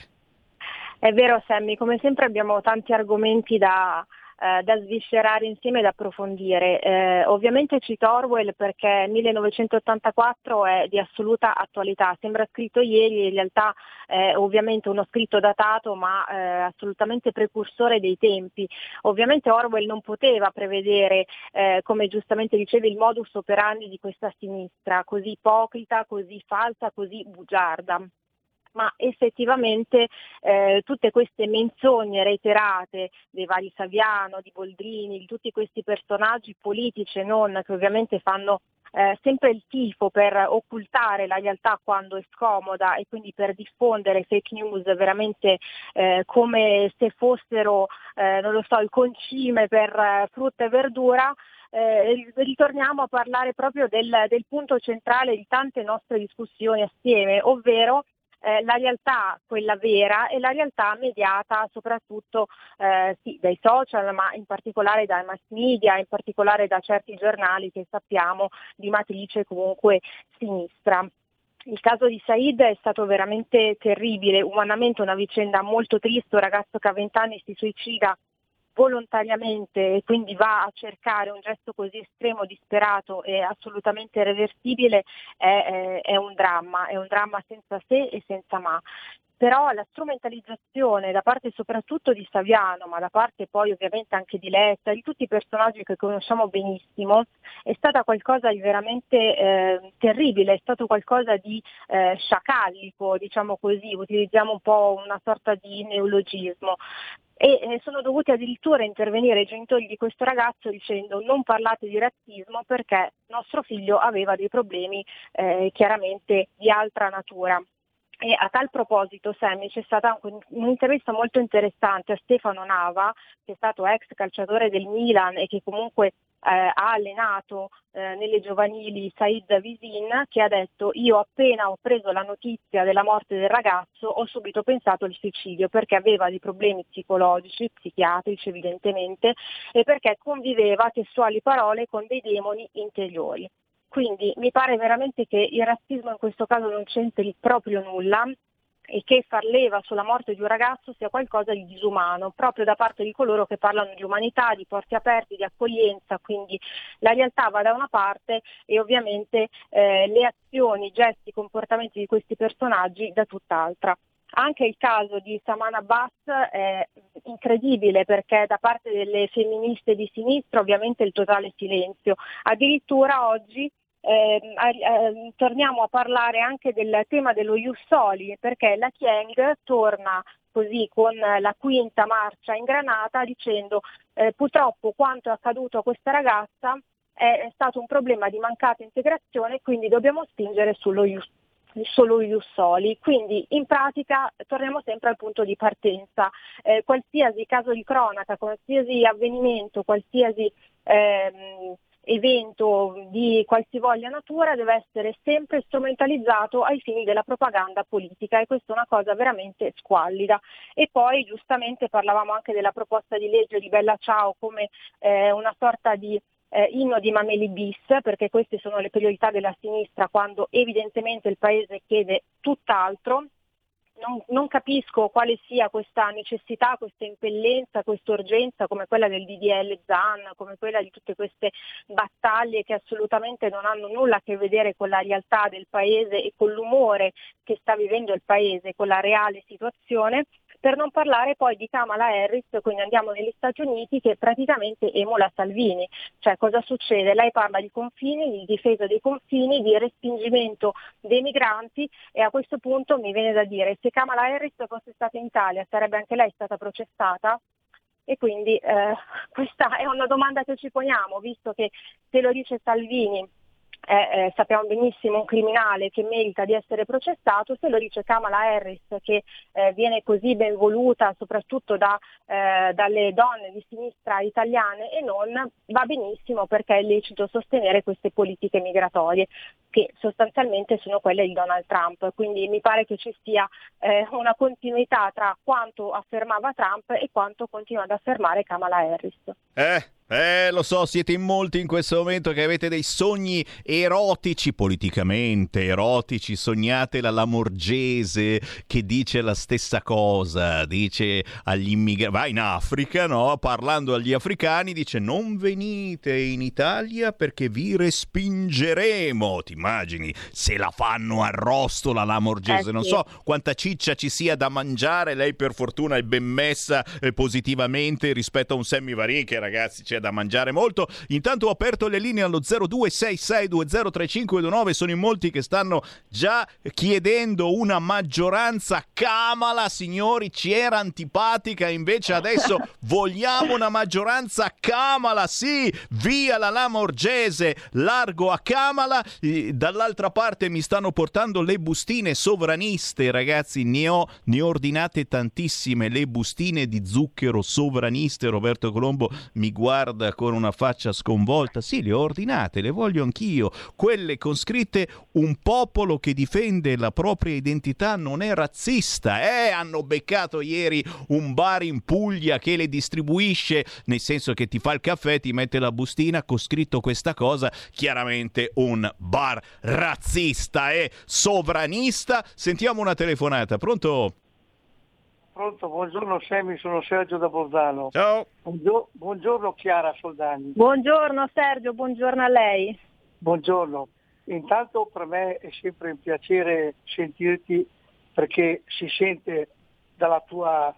È vero, Sammy, come sempre abbiamo tanti argomenti da, eh, da sviscerare insieme e da approfondire. Eh, ovviamente cito Orwell perché millenovecentottantaquattro è di assoluta attualità, sembra scritto ieri, in realtà è ovviamente uno scritto datato ma eh, assolutamente precursore dei tempi. Ovviamente Orwell non poteva prevedere, eh, come giustamente dicevi, il modus operandi di questa sinistra, così ipocrita, così falsa, così bugiarda. Ma effettivamente eh, tutte queste menzogne reiterate dei vari Saviano, di Boldrini, di tutti questi personaggi politici e non, che ovviamente fanno eh, sempre il tifo per occultare la realtà quando è scomoda e quindi per diffondere fake news veramente eh, come se fossero, eh, non lo so, il concime per eh, frutta e verdura. Eh, ritorniamo a parlare proprio del, del punto centrale di tante nostre discussioni assieme, ovvero Eh, la realtà, quella vera, e la realtà mediata soprattutto eh, sì, dai social, ma in particolare dai mass media, in particolare da certi giornali che sappiamo di matrice comunque sinistra. Il caso di Said è stato veramente terribile, umanamente una vicenda molto triste, un ragazzo che a vent'anni si suicida volontariamente e quindi va a cercare un gesto così estremo, disperato e assolutamente irreversibile, è, è, è un dramma, è un dramma senza se e senza ma. Però la strumentalizzazione da parte soprattutto di Saviano, ma da parte poi ovviamente anche di Letta, di tutti i personaggi che conosciamo benissimo, è stata qualcosa di veramente eh, terribile, è stato qualcosa di eh, sciacallico, diciamo così, utilizziamo un po' una sorta di neologismo. E sono dovuti addirittura intervenire i genitori di questo ragazzo dicendo non parlate di razzismo perché nostro figlio aveva dei problemi eh, chiaramente di altra natura. E a tal proposito, Sammy, c'è stata un'intervista molto interessante a Stefano Nava, che è stato ex calciatore del Milan e che comunque eh, ha allenato eh, nelle giovanili Said Visin, che ha detto: io appena ho preso la notizia della morte del ragazzo ho subito pensato al suicidio perché aveva dei problemi psicologici, psichiatrici evidentemente, e perché conviveva, testuali parole, con dei demoni interiori. Quindi mi pare veramente che il razzismo in questo caso non c'entri proprio nulla e che far leva sulla morte di un ragazzo sia qualcosa di disumano, proprio da parte di coloro che parlano di umanità, di porti aperti, di accoglienza. Quindi la realtà va da una parte e ovviamente eh, le azioni, i gesti, i comportamenti di questi personaggi da tutt'altra. Anche il caso di Saman Abbas è incredibile perché da parte delle femministe di sinistra ovviamente il totale silenzio. Addirittura oggi Eh, eh, torniamo a parlare anche del tema dello Ius Soli, perché la Chieng torna così con la quinta marcia ingranata dicendo eh, purtroppo quanto è accaduto a questa ragazza è, è stato un problema di mancata integrazione, quindi dobbiamo spingere sullo Ius solo Ius Soli. Quindi in pratica torniamo sempre al punto di partenza, eh, qualsiasi caso di cronaca, qualsiasi avvenimento, qualsiasi ehm, evento di qualsivoglia natura deve essere sempre strumentalizzato ai fini della propaganda politica, e questa è una cosa veramente squallida. E poi giustamente parlavamo anche della proposta di legge di Bella Ciao come eh, una sorta di eh, inno di Mameli bis, perché queste sono le priorità della sinistra quando evidentemente il paese chiede tutt'altro. Non, non capisco quale sia questa necessità, questa impellenza, questa urgenza come quella del D D L Zan, come quella di tutte queste battaglie che assolutamente non hanno nulla a che vedere con la realtà del paese e con l'umore che sta vivendo il paese, con la reale situazione. Per non parlare poi di Kamala Harris, quindi andiamo negli Stati Uniti, che praticamente emula Salvini. Cioè cosa succede? Lei parla di confini, di difesa dei confini, di respingimento dei migranti, e a questo punto mi viene da dire, se Kamala Harris fosse stata in Italia sarebbe anche lei stata processata? E quindi eh, questa è una domanda che ci poniamo, visto che se lo dice Salvini è, eh, sappiamo benissimo, un criminale che merita di essere processato, se lo dice Kamala Harris, che eh, viene così ben voluta soprattutto da, eh, dalle donne di sinistra italiane e non, va benissimo, perché è lecito sostenere queste politiche migratorie che sostanzialmente sono quelle di Donald Trump. Quindi mi pare che ci sia eh, una continuità tra quanto affermava Trump e quanto continua ad affermare Kamala Harris. Eh, eh, lo so, siete in molti in questo momento che avete dei sogni erotici, politicamente erotici, sognate la Lamorgese che dice la stessa cosa, dice agli immigrati, va in Africa, no? Parlando agli africani dice non venite in Italia perché vi respingeremo, ti immagini se la fanno arrosto la Lamorgese, eh, non sì. so quanta ciccia ci sia da mangiare, lei per fortuna è ben messa eh, positivamente rispetto a un Sammy Varin che ragazzi c'è da mangiare molto. Intanto ho aperto le linee allo zero due sei sei due zero tre cinque due nove, sono in molti che stanno già chiedendo una maggioranza Kamala, signori, ci era antipatica, invece adesso vogliamo una maggioranza Kamala, sì, via la Lamorgese, largo a Kamala. Dall'altra parte mi stanno portando le bustine sovraniste, ragazzi, ne ho, ne ho ordinate tantissime, le bustine di zucchero sovraniste. Roberto Colombo mi guarda con una faccia sconvolta. Sì, le ho ordinate, le voglio anch'io, quelle con scritte un popolo che difende la propria identità non è razzista. Eh, hanno beccato ieri un bar in Puglia che le distribuisce, nel senso che ti fa il caffè, ti mette la bustina con scritto questa cosa, chiaramente un bar razzista e sovranista. Sentiamo una telefonata, pronto? Pronto, buongiorno Sammy, sono Sergio da Bolzano. Ciao. Buongiorno, buongiorno Chiara Soldani. Buongiorno Sergio, buongiorno a lei. Buongiorno. Intanto per me è sempre un piacere sentirti, perché si sente dalla tua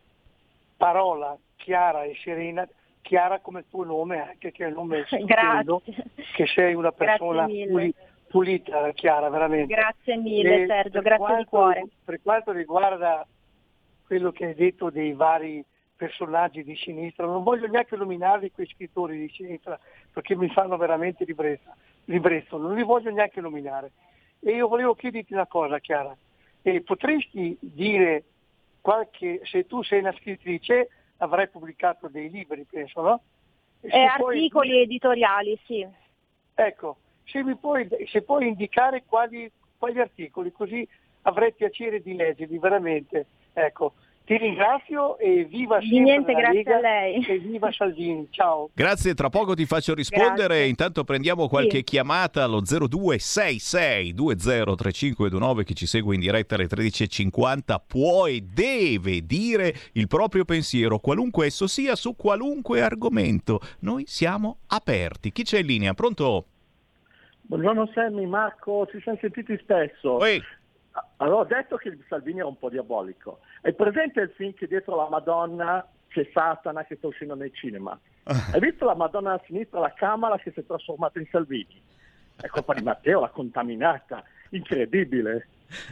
parola chiara e serena, chiara come il tuo nome, anche che è il nome stupendo, che sei una persona puli- pulita, Chiara, veramente. Grazie mille e Sergio, grazie quanto, di cuore. Per quanto riguarda quello che hai detto dei vari personaggi di sinistra, non voglio neanche nominarli quei scrittori di sinistra perché mi fanno veramente ribrezzo, ribrezzo, non li voglio neanche nominare. E io volevo chiederti una cosa, Chiara, e potresti dire qualche, se tu sei una scrittrice avrai pubblicato dei libri, penso, no? E eh, articoli puoi... editoriali, sì. Ecco, se mi puoi, se puoi indicare quali, quali articoli, così avrei piacere di leggerli, veramente. Ecco, ti ringrazio e viva sempre niente, la grazie Lega a lei. E viva Salvini, ciao. Grazie, tra poco ti faccio rispondere. Grazie. Intanto prendiamo qualche sì. chiamata allo zero due sei sei due zero tre cinque due nove. Chi ci segue in diretta alle tredici e cinquanta può e deve dire il proprio pensiero, qualunque esso sia, su qualunque argomento. Noi siamo aperti. Chi c'è in linea? Pronto? Buongiorno Sammy, Marco, ci siamo sentiti spesso. Oi. Allora, ho detto che il Salvini era un po' diabolico. Hai presente il film che dietro la Madonna c'è Satana che sta uscendo nei cinema? Hai visto la Madonna a sinistra, la Camera che si è trasformata in Salvini? È colpa di Matteo, l'ha contaminata. Incredibile.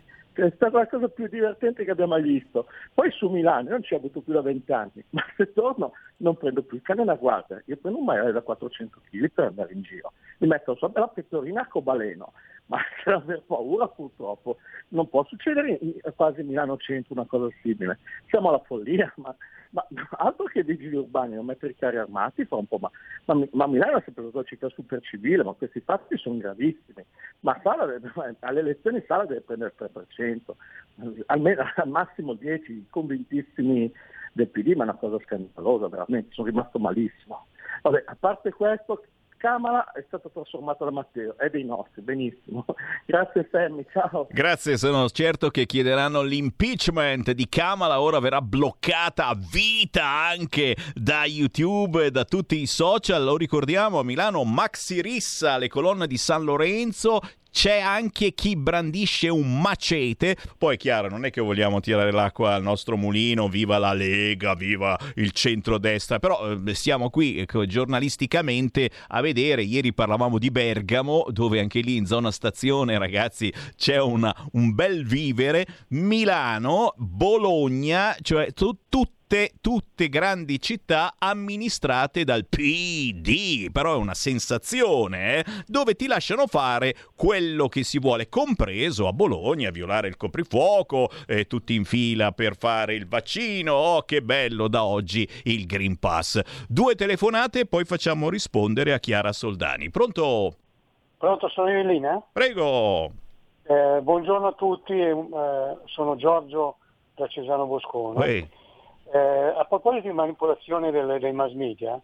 È stata la cosa più divertente che abbiamo mai visto. Poi su Milano non ci ho avuto più da vent'anni, ma se torno non prendo più il cane da guardia, io prendo un maiale da quattrocento chili per andare in giro, mi metto la sua bella pettorina a cobaleno, ma per aver paura purtroppo non può succedere quasi Milano centro una cosa simile. Siamo alla follia, ma, ma altro che dei giri urbani, non mettere i carri armati fa un po', ma, ma, ma Milano è sempre stata una città super civile, ma questi fatti sono gravissimi. Ma Sala deve, alle elezioni Sala deve prendere il tre per cento, almeno al massimo dieci, convintissimi del P D, ma è una cosa scandalosa, veramente, sono rimasto malissimo. Vabbè, a parte questo, Camera è stata trasformata da Matteo, è dei nostri, benissimo. Grazie Sammy, ciao. Grazie, sono certo che chiederanno l'impeachment di Kamala, ora verrà bloccata a vita anche da YouTube e da tutti i social. Lo ricordiamo, a Milano Maxi Rissa, le colonne di San Lorenzo. C'è anche chi brandisce un macete. Poi è chiaro, non è che vogliamo tirare l'acqua al nostro mulino, viva la Lega, viva il centrodestra, però eh, siamo qui ecco, giornalisticamente a vedere. Ieri parlavamo di Bergamo, dove anche lì in zona stazione, ragazzi, c'è una, un bel vivere. Milano, Bologna, cioè tu, tutti tutte, tutte grandi città amministrate dal P D, però è una sensazione, eh? Dove ti lasciano fare quello che si vuole, compreso a Bologna violare il coprifuoco, eh, tutti in fila per fare il vaccino. Oh, che bello da oggi il Green Pass. Due telefonate e poi facciamo rispondere a Chiara Soldani. Pronto? Pronto, sono io in linea? Prego. Eh, buongiorno a tutti, eh, sono Giorgio da Cesano Boscone. Ehi. Eh, a proposito di manipolazione delle, dei mass media,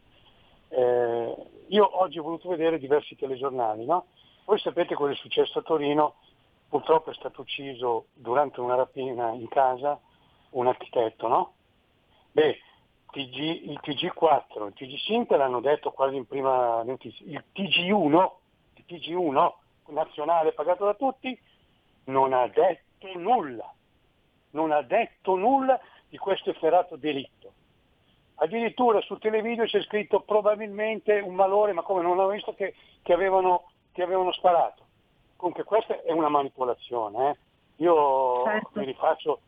eh, io oggi ho voluto vedere diversi telegiornali, no? Voi sapete cosa è successo a Torino, purtroppo è stato ucciso durante una rapina in casa un architetto, no? Beh, T G, il T G quattro, il T G cinque l'hanno detto quasi in prima notizia, il T G uno, il T G uno nazionale pagato da tutti, non ha detto nulla, non ha detto nulla di questo efferato delitto. Addirittura sul televideo c'è scritto probabilmente un malore, ma come non avevo visto che, che, avevano, che avevano sparato. Comunque questa è una manipolazione, eh. Io certo. mi rifaccio,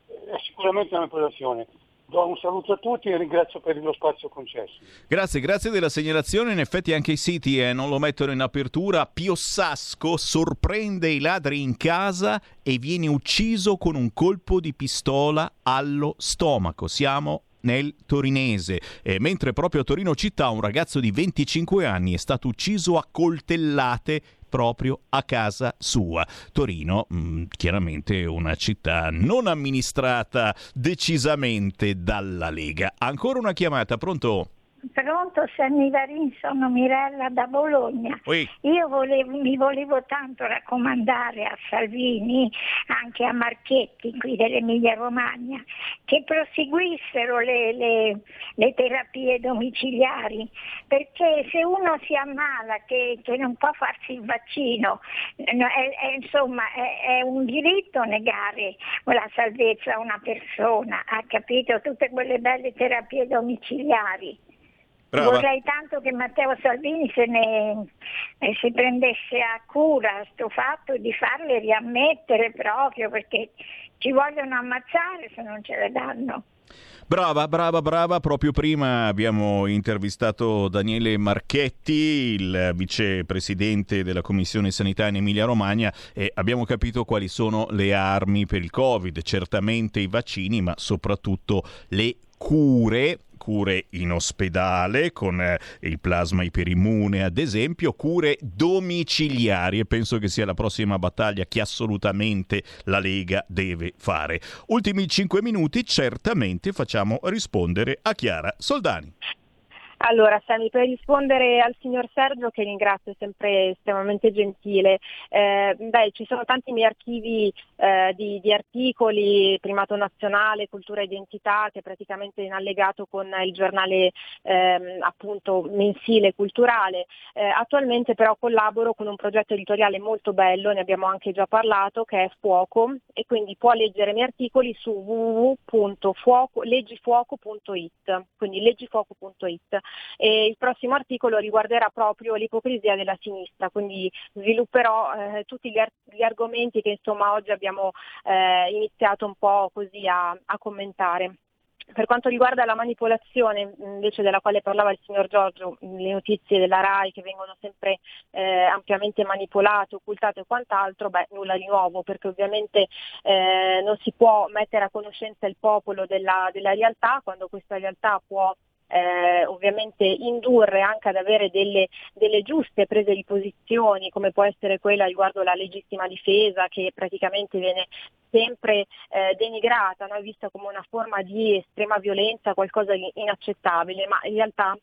è sicuramente una manipolazione. Do un saluto a tutti e ringrazio per lo spazio concesso. Grazie, grazie della segnalazione. In effetti anche i siti eh, non lo mettono in apertura. Piossasco sorprende i ladri in casa e viene ucciso con un colpo di pistola allo stomaco. Siamo nel torinese, e mentre proprio a Torino città un ragazzo di venticinque anni è stato ucciso a coltellate proprio a casa sua. Torino, mh, chiaramente una città non amministrata decisamente dalla Lega. Ancora una chiamata, pronto? Pronto, Sammy Varin, sono Mirella da Bologna. Oui. Io volevo, mi volevo tanto raccomandare a Salvini, anche a Marchetti qui dell'Emilia Romagna, che proseguissero le, le, le terapie domiciliari, perché se uno si ammala che, che non può farsi il vaccino, è, è, insomma è, è un diritto negare la salvezza a una persona, ha capito? Tutte quelle belle terapie domiciliari. Brava. Vorrei tanto che Matteo Salvini se ne eh, si prendesse a cura sto fatto di farle riammettere proprio, perché ci vogliono ammazzare se non ce le danno. Brava, brava, brava. Proprio prima abbiamo intervistato Daniele Marchetti, il vicepresidente della Commissione Sanità in Emilia-Romagna, e abbiamo capito quali sono le armi per il Covid. Certamente i vaccini, ma soprattutto le cure. Cure in ospedale con eh, il plasma iperimmune, ad esempio, cure domiciliari, e penso che sia la prossima battaglia che assolutamente la Lega deve fare. Ultimi cinque minuti, certamente facciamo rispondere a Chiara Soldani. Allora, Sammy, per rispondere al signor Sergio, che ringrazio, è sempre estremamente gentile, eh, beh, ci sono tanti miei archivi eh, di, di articoli, primato nazionale, cultura e identità, che è praticamente in allegato con il giornale ehm, appunto mensile culturale. Eh, attualmente però collaboro con un progetto editoriale molto bello, ne abbiamo anche già parlato, che è Fuoco, e quindi può leggere i miei articoli su w w w punto leggifuoco punto i t, quindi leggifuoco punto i t. E il prossimo articolo riguarderà proprio l'ipocrisia della sinistra, quindi svilupperò eh, tutti gli, ar- gli argomenti che insomma oggi abbiamo eh, iniziato un po' così a, a commentare. Per quanto riguarda la manipolazione invece della quale parlava il signor Giorgio, le notizie della RAI che vengono sempre eh, ampiamente manipolate, occultate e quant'altro, beh, nulla di nuovo, perché ovviamente eh, non si può mettere a conoscenza il popolo della, della realtà, quando questa realtà può Eh, ovviamente indurre anche ad avere delle, delle giuste prese di posizioni, come può essere quella riguardo la legittima difesa, che praticamente viene sempre eh, denigrata, no? Vista come una forma di estrema violenza, qualcosa di inaccettabile, ma in realtà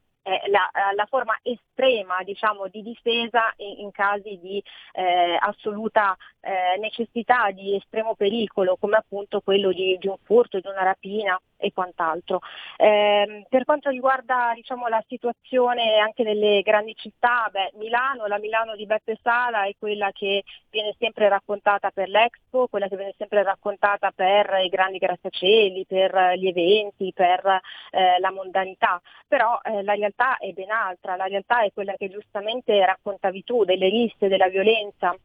è la, la forma estrema, diciamo, di difesa in, in casi di eh, assoluta eh, necessità, di estremo pericolo, come appunto quello di, di un furto, di una rapina e quant'altro. Eh, per quanto riguarda, diciamo, la situazione anche nelle grandi città, beh, Milano, la Milano di Beppe Sala è quella che viene sempre raccontata per l'Expo, quella che viene sempre raccontata per i grandi grattacieli, per gli eventi, per eh, la mondanità, però eh, la realtà è ben altra, la realtà è quella che giustamente raccontavi tu, delle liste, della violenza,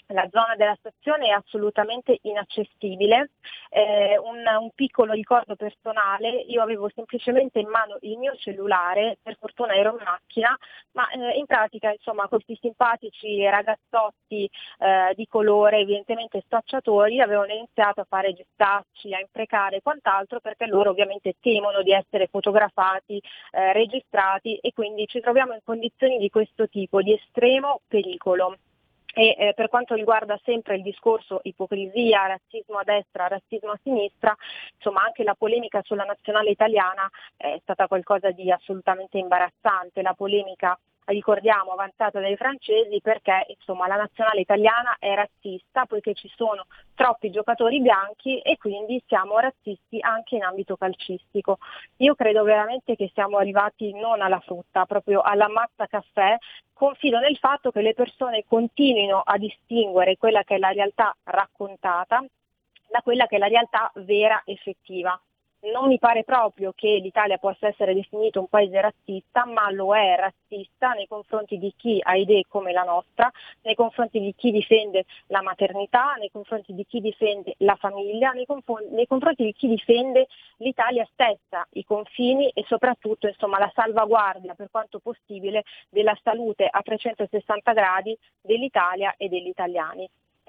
La zona della stazione è assolutamente inaccessibile, eh, un, un piccolo ricordo personale: io avevo semplicemente in mano il mio cellulare, per fortuna ero in macchina, ma eh, in pratica insomma questi simpatici ragazzotti eh, di colore, evidentemente spacciatori, avevano iniziato a fare gestacci, a imprecare e quant'altro, perché loro ovviamente temono di essere fotografati, eh, registrati, e quindi ci troviamo in condizioni di questo tipo, di estremo pericolo. E eh, per quanto riguarda sempre il discorso ipocrisia, razzismo a destra, razzismo a sinistra, insomma anche la polemica sulla nazionale italiana è stata qualcosa di assolutamente imbarazzante. La polemica, ricordiamo, avanzata dai francesi, perché insomma la nazionale italiana è razzista poiché ci sono troppi giocatori bianchi e quindi siamo razzisti anche in ambito calcistico. Io credo veramente che siamo arrivati non alla frutta, proprio all'ammazza caffè. Confido nel fatto che le persone continuino a distinguere quella che è la realtà raccontata da quella che è la realtà vera, effettiva. Non mi pare proprio che l'Italia possa essere definito un paese razzista, ma lo è razzista nei confronti di chi ha idee come la nostra, nei confronti di chi difende la maternità, nei confronti di chi difende la famiglia, nei, confon- nei confronti di chi difende l'Italia stessa, i confini e soprattutto insomma la salvaguardia per quanto possibile della salute a trecentosessanta gradi dell'Italia e degli italiani.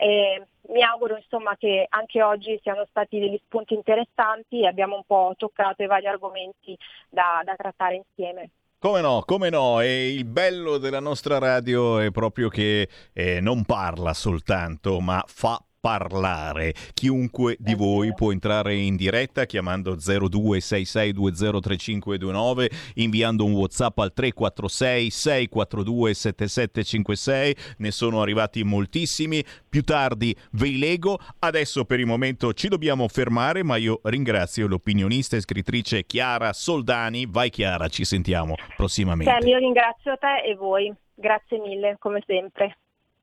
E mi auguro insomma che anche oggi siano stati degli spunti interessanti e abbiamo un po' toccato i vari argomenti da, da trattare insieme. Come no, come no, e il bello della nostra radio è proprio che eh, non parla soltanto, ma fa parlare. Chiunque di voi può entrare in diretta chiamando zero due sei sei due zero tre cinque due nove, inviando un WhatsApp al tre quattro sei sei quattro due sette sette cinque sei. Ne sono arrivati moltissimi, più tardi ve li leggo. Adesso per il momento ci dobbiamo fermare, ma io ringrazio l'opinionista e scrittrice Chiara Soldani. Vai Chiara, ci sentiamo prossimamente. Sì, io ringrazio te e voi, grazie mille come sempre.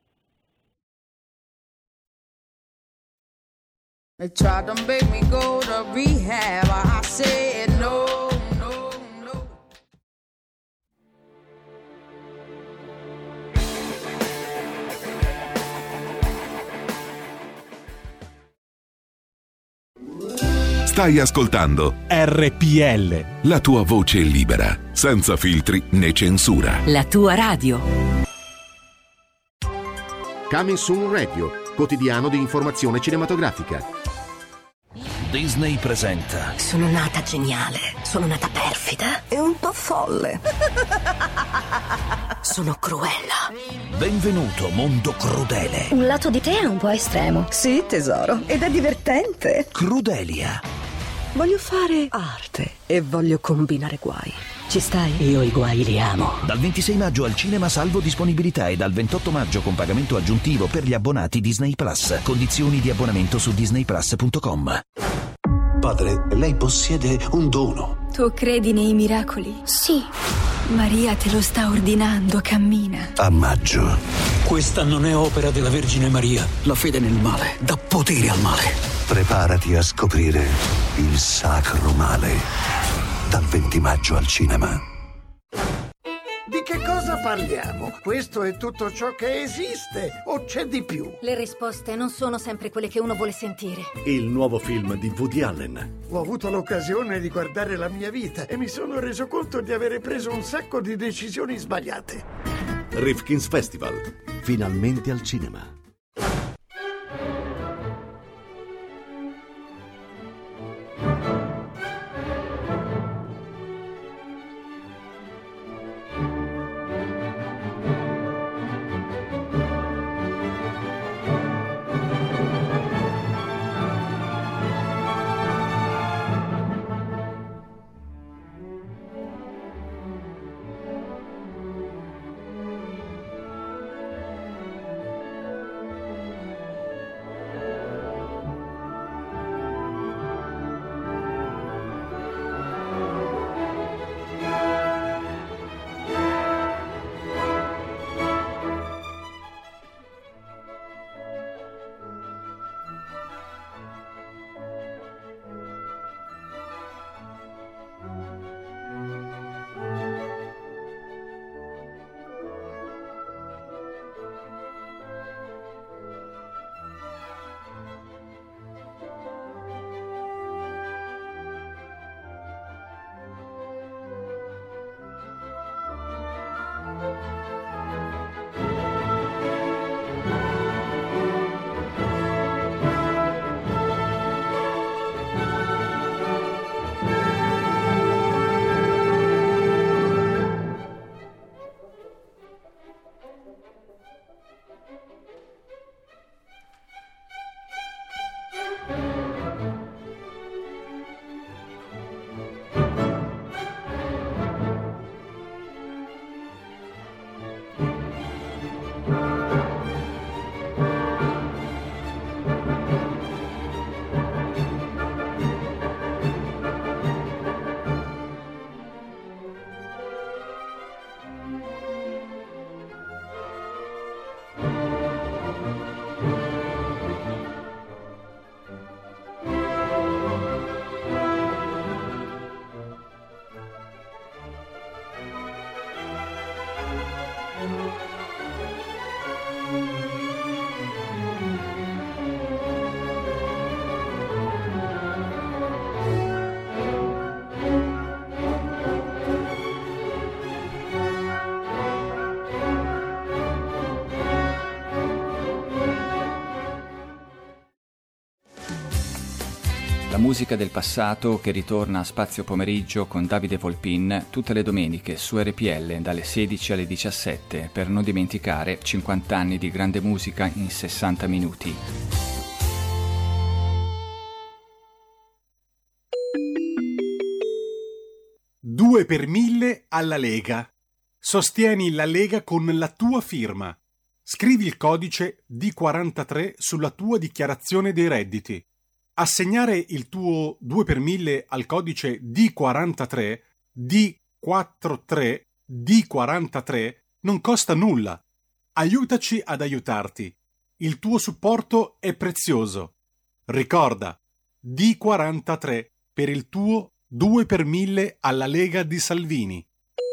They tried to make me go to rehab. I said no, no, no. Stai ascoltando R P L, la tua voce libera, senza filtri né censura. La tua radio. Coming Soon Radio, quotidiano di informazione cinematografica. Disney presenta. Sono nata geniale, sono nata perfida e un po' folle. Sono Cruella. Benvenuto mondo crudele. Un lato di te è un po' estremo. Sì, tesoro, ed è divertente. Crudelia. Voglio fare arte e voglio combinare guai. Ci stai? Io i guai li amo. Dal ventisei maggio al cinema salvo disponibilità e dal ventotto maggio con pagamento aggiuntivo per gli abbonati Disney Plus. Condizioni di abbonamento su disney plus punto com. Padre, lei possiede un dono. Tu credi nei miracoli? Sì. Maria te lo sta ordinando, cammina. A maggio. Questa non è opera della Vergine Maria. La fede nel male dà potere al male. Preparati a scoprire il sacro male. Dal venti maggio al cinema. Di che cosa parliamo? Questo è tutto ciò che esiste o c'è di più? Le risposte non sono sempre quelle che uno vuole sentire. Il nuovo film di Woody Allen. Ho avuto l'occasione di guardare la mia vita e mi sono reso conto di avere preso un sacco di decisioni sbagliate. Rifkin's Festival. Finalmente al cinema. La musica del passato che ritorna a Spazio Pomeriggio con Davide Volpin tutte le domeniche su R P L dalle sedici alle diciassette, per non dimenticare cinquanta anni di grande musica in sessanta minuti. due per mille alla Lega. Sostieni la Lega con la tua firma. Scrivi il codice D quarantatré sulla tua dichiarazione dei redditi. Assegnare il tuo due per mille al codice D quarantatré, D quarantatré, D quarantatré non costa nulla. Aiutaci ad aiutarti. Il tuo supporto è prezioso. Ricorda, D quarantatré per il tuo due per mille alla Lega di Salvini.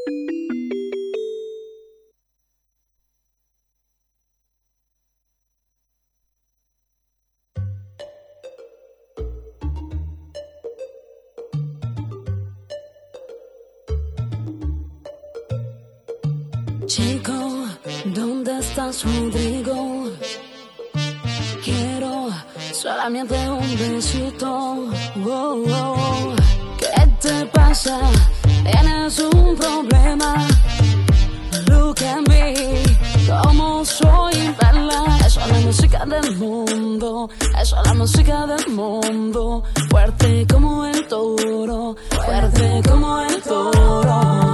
Chico, ¿dónde estás, Rodrigo? Quiero solamente un besito. Oh, oh. ¿Qué te pasa? ¿Tienes un problema? Look at me, como soy bella. Eso es la música del mundo, eso es la música del mundo. Fuerte como el toro, fuerte como el toro.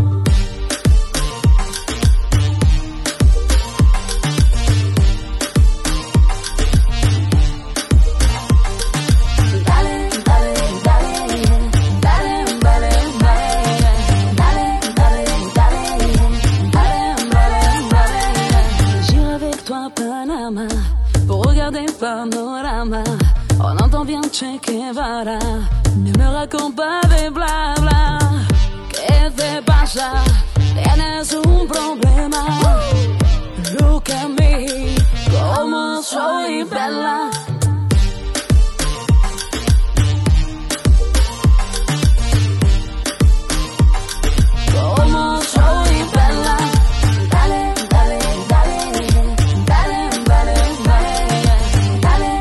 Panorama, on entend bien Che Guevara. Ne me raconte pas de blabla. ¿Qué te pasa? ¿Tienes un problema? Look at me, como soy bella. Como soy bella. Dale, dale, dale, dale, dale, dale.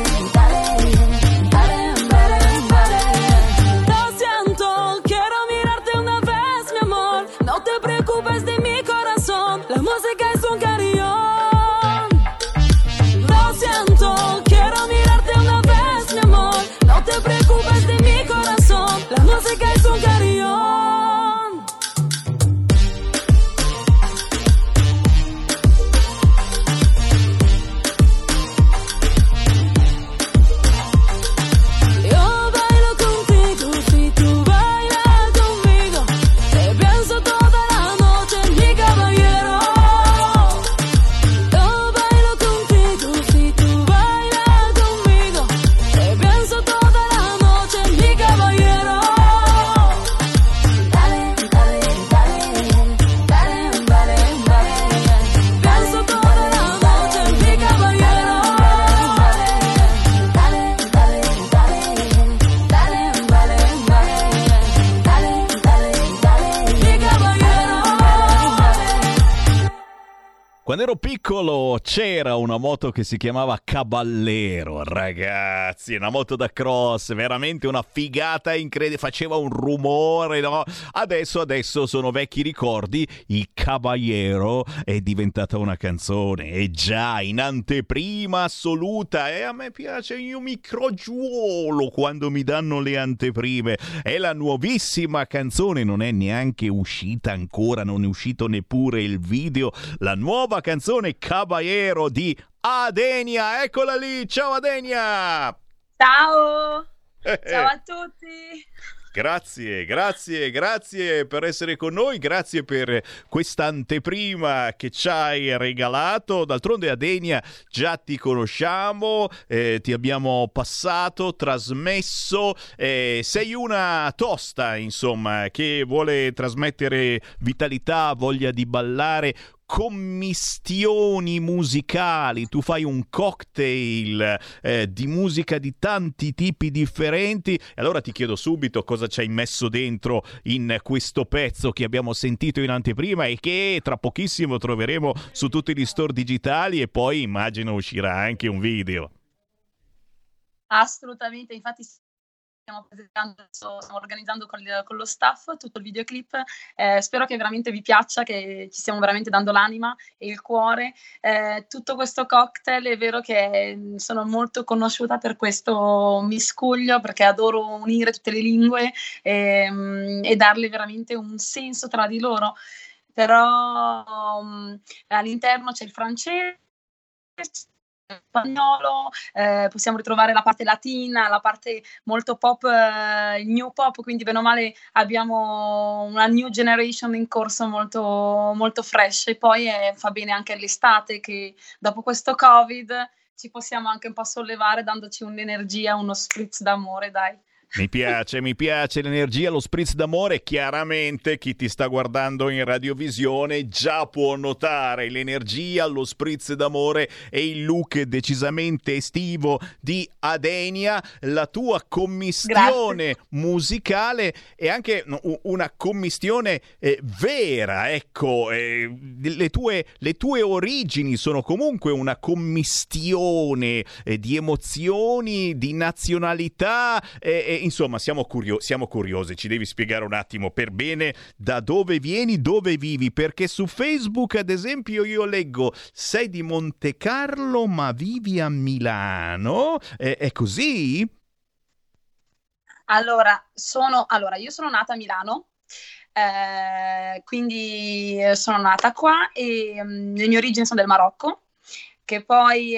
Quando ero piccolo c'era una moto che si chiamava Caballero, ragazzi, una moto da cross, veramente una figata incredibile, faceva un rumore, no? Adesso, adesso sono vecchi ricordi, il Caballero è diventata una canzone, e già in anteprima assoluta, e a me piace, io mi crogiuolo quando mi danno le anteprime. È la nuovissima canzone, non è neanche uscita ancora, non è uscito neppure il video, la nuova canzone Caballero di Adenia, eccola lì, ciao Adenia! Ciao, ciao a tutti! Grazie, grazie, grazie per essere con noi, grazie per questa anteprima che ci hai regalato. D'altronde Adenia già ti conosciamo, eh, ti abbiamo passato, trasmesso, eh, sei una tosta, insomma, che vuole trasmettere vitalità, voglia di ballare. commistioni musicali, tu fai un cocktail eh, di musica di tanti tipi differenti. E allora ti chiedo subito cosa ci hai messo dentro in questo pezzo che abbiamo sentito in anteprima e che tra pochissimo troveremo su tutti gli store digitali, e poi immagino uscirà anche un video. Assolutamente, infatti stiamo presentando, stiamo organizzando con, il, con lo staff tutto il videoclip, eh, spero che veramente vi piaccia, che ci stiamo veramente dando l'anima e il cuore. Eh, tutto questo cocktail, è vero che sono molto conosciuta per questo miscuglio, perché adoro unire tutte le lingue e, e darle veramente un senso tra di loro, però um, all'interno c'è il francese, spagnolo, eh, possiamo ritrovare la parte latina, la parte molto pop, eh, new pop, quindi bene o male abbiamo una new generation in corso molto, molto fresh, e poi eh, fa bene anche l'estate, che dopo questo Covid ci possiamo anche un po' sollevare dandoci un'energia, uno spritz d'amore, dai. Mi piace, mi piace l'energia, lo spritz d'amore. Chiaramente chi ti sta guardando in radiovisione già può notare l'energia, lo spritz d'amore e il look decisamente estivo di Adenia. La tua commistione Grazie. musicale è anche una commistione eh, vera, ecco, eh, le, tue, le tue origini sono comunque una commistione eh, di emozioni, di nazionalità, eh, insomma siamo, curio- siamo curiosi, ci devi spiegare un attimo per bene da dove vieni, dove vivi, perché su Facebook ad esempio io leggo sei di Montecarlo ma vivi a Milano, eh, è così? Allora, sono, allora, io sono nata a Milano, eh, quindi sono nata qua e um, le mie origini sono del Marocco, che poi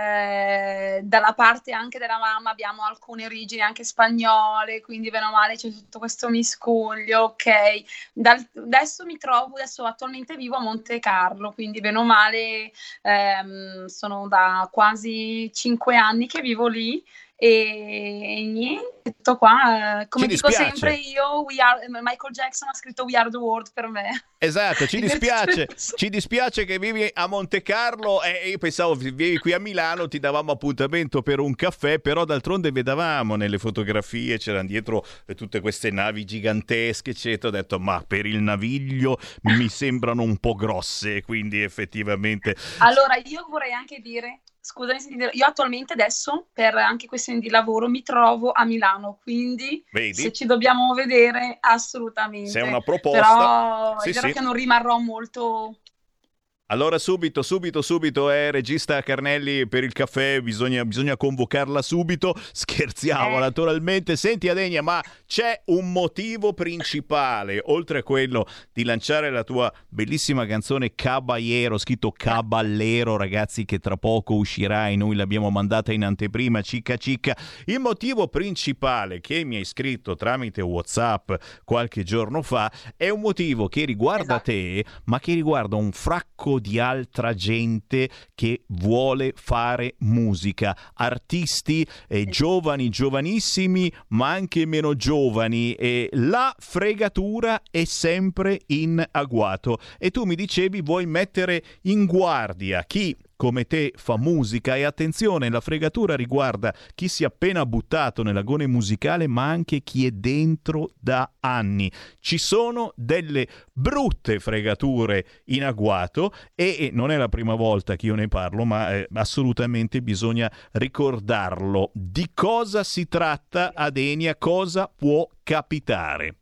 eh, dalla parte anche della mamma abbiamo alcune origini anche spagnole, quindi bene o male c'è tutto questo miscuglio, ok. Dal, adesso mi trovo, adesso attualmente vivo a Monte Carlo, quindi bene o male ehm, sono da quasi cinque anni che vivo lì. E, e niente, tutto qua, come ci dico dispiace. sempre io, we are, Michael Jackson ha scritto We Are the World per me. Esatto, ci dispiace, ci dispiace che vivi a Monte Carlo e io pensavo vivi qui a Milano, ti davamo appuntamento per un caffè, però d'altronde vedevamo nelle fotografie, c'erano dietro tutte queste navi gigantesche, eccetera. Ho detto ma per il naviglio mi sembrano un po' grosse, quindi effettivamente... Allora io vorrei anche dire... Scusami, io attualmente adesso per anche questioni di lavoro mi trovo a Milano, quindi Vedi? Se ci dobbiamo vedere assolutamente. Se è una proposta, però sì, è vero sì. che non rimarrò molto... Allora subito, subito, subito, eh, regista Carnelli, per il caffè bisogna, bisogna convocarla subito, scherziamo Eh. naturalmente. Senti Adenia, ma c'è un motivo principale, oltre a quello di lanciare la tua bellissima canzone Caballero, scritto Caballero, ragazzi, che tra poco uscirà e noi l'abbiamo mandata in anteprima, cicca cicca. Il motivo principale che mi hai scritto tramite WhatsApp qualche giorno fa è un motivo che riguarda Esatto. te, ma che riguarda un fracco di altra gente che vuole fare musica, artisti eh, giovani, giovanissimi, ma anche meno giovani, e la fregatura è sempre in agguato. E tu mi dicevi vuoi mettere in guardia chi come te fa musica, e attenzione, la fregatura riguarda chi si è appena buttato nell'agone musicale, ma anche chi è dentro da anni. Ci sono delle brutte fregature in agguato e, e non è la prima volta che io ne parlo, ma eh, assolutamente bisogna ricordarlo. Di cosa si tratta, Adenia? Cosa può capitare?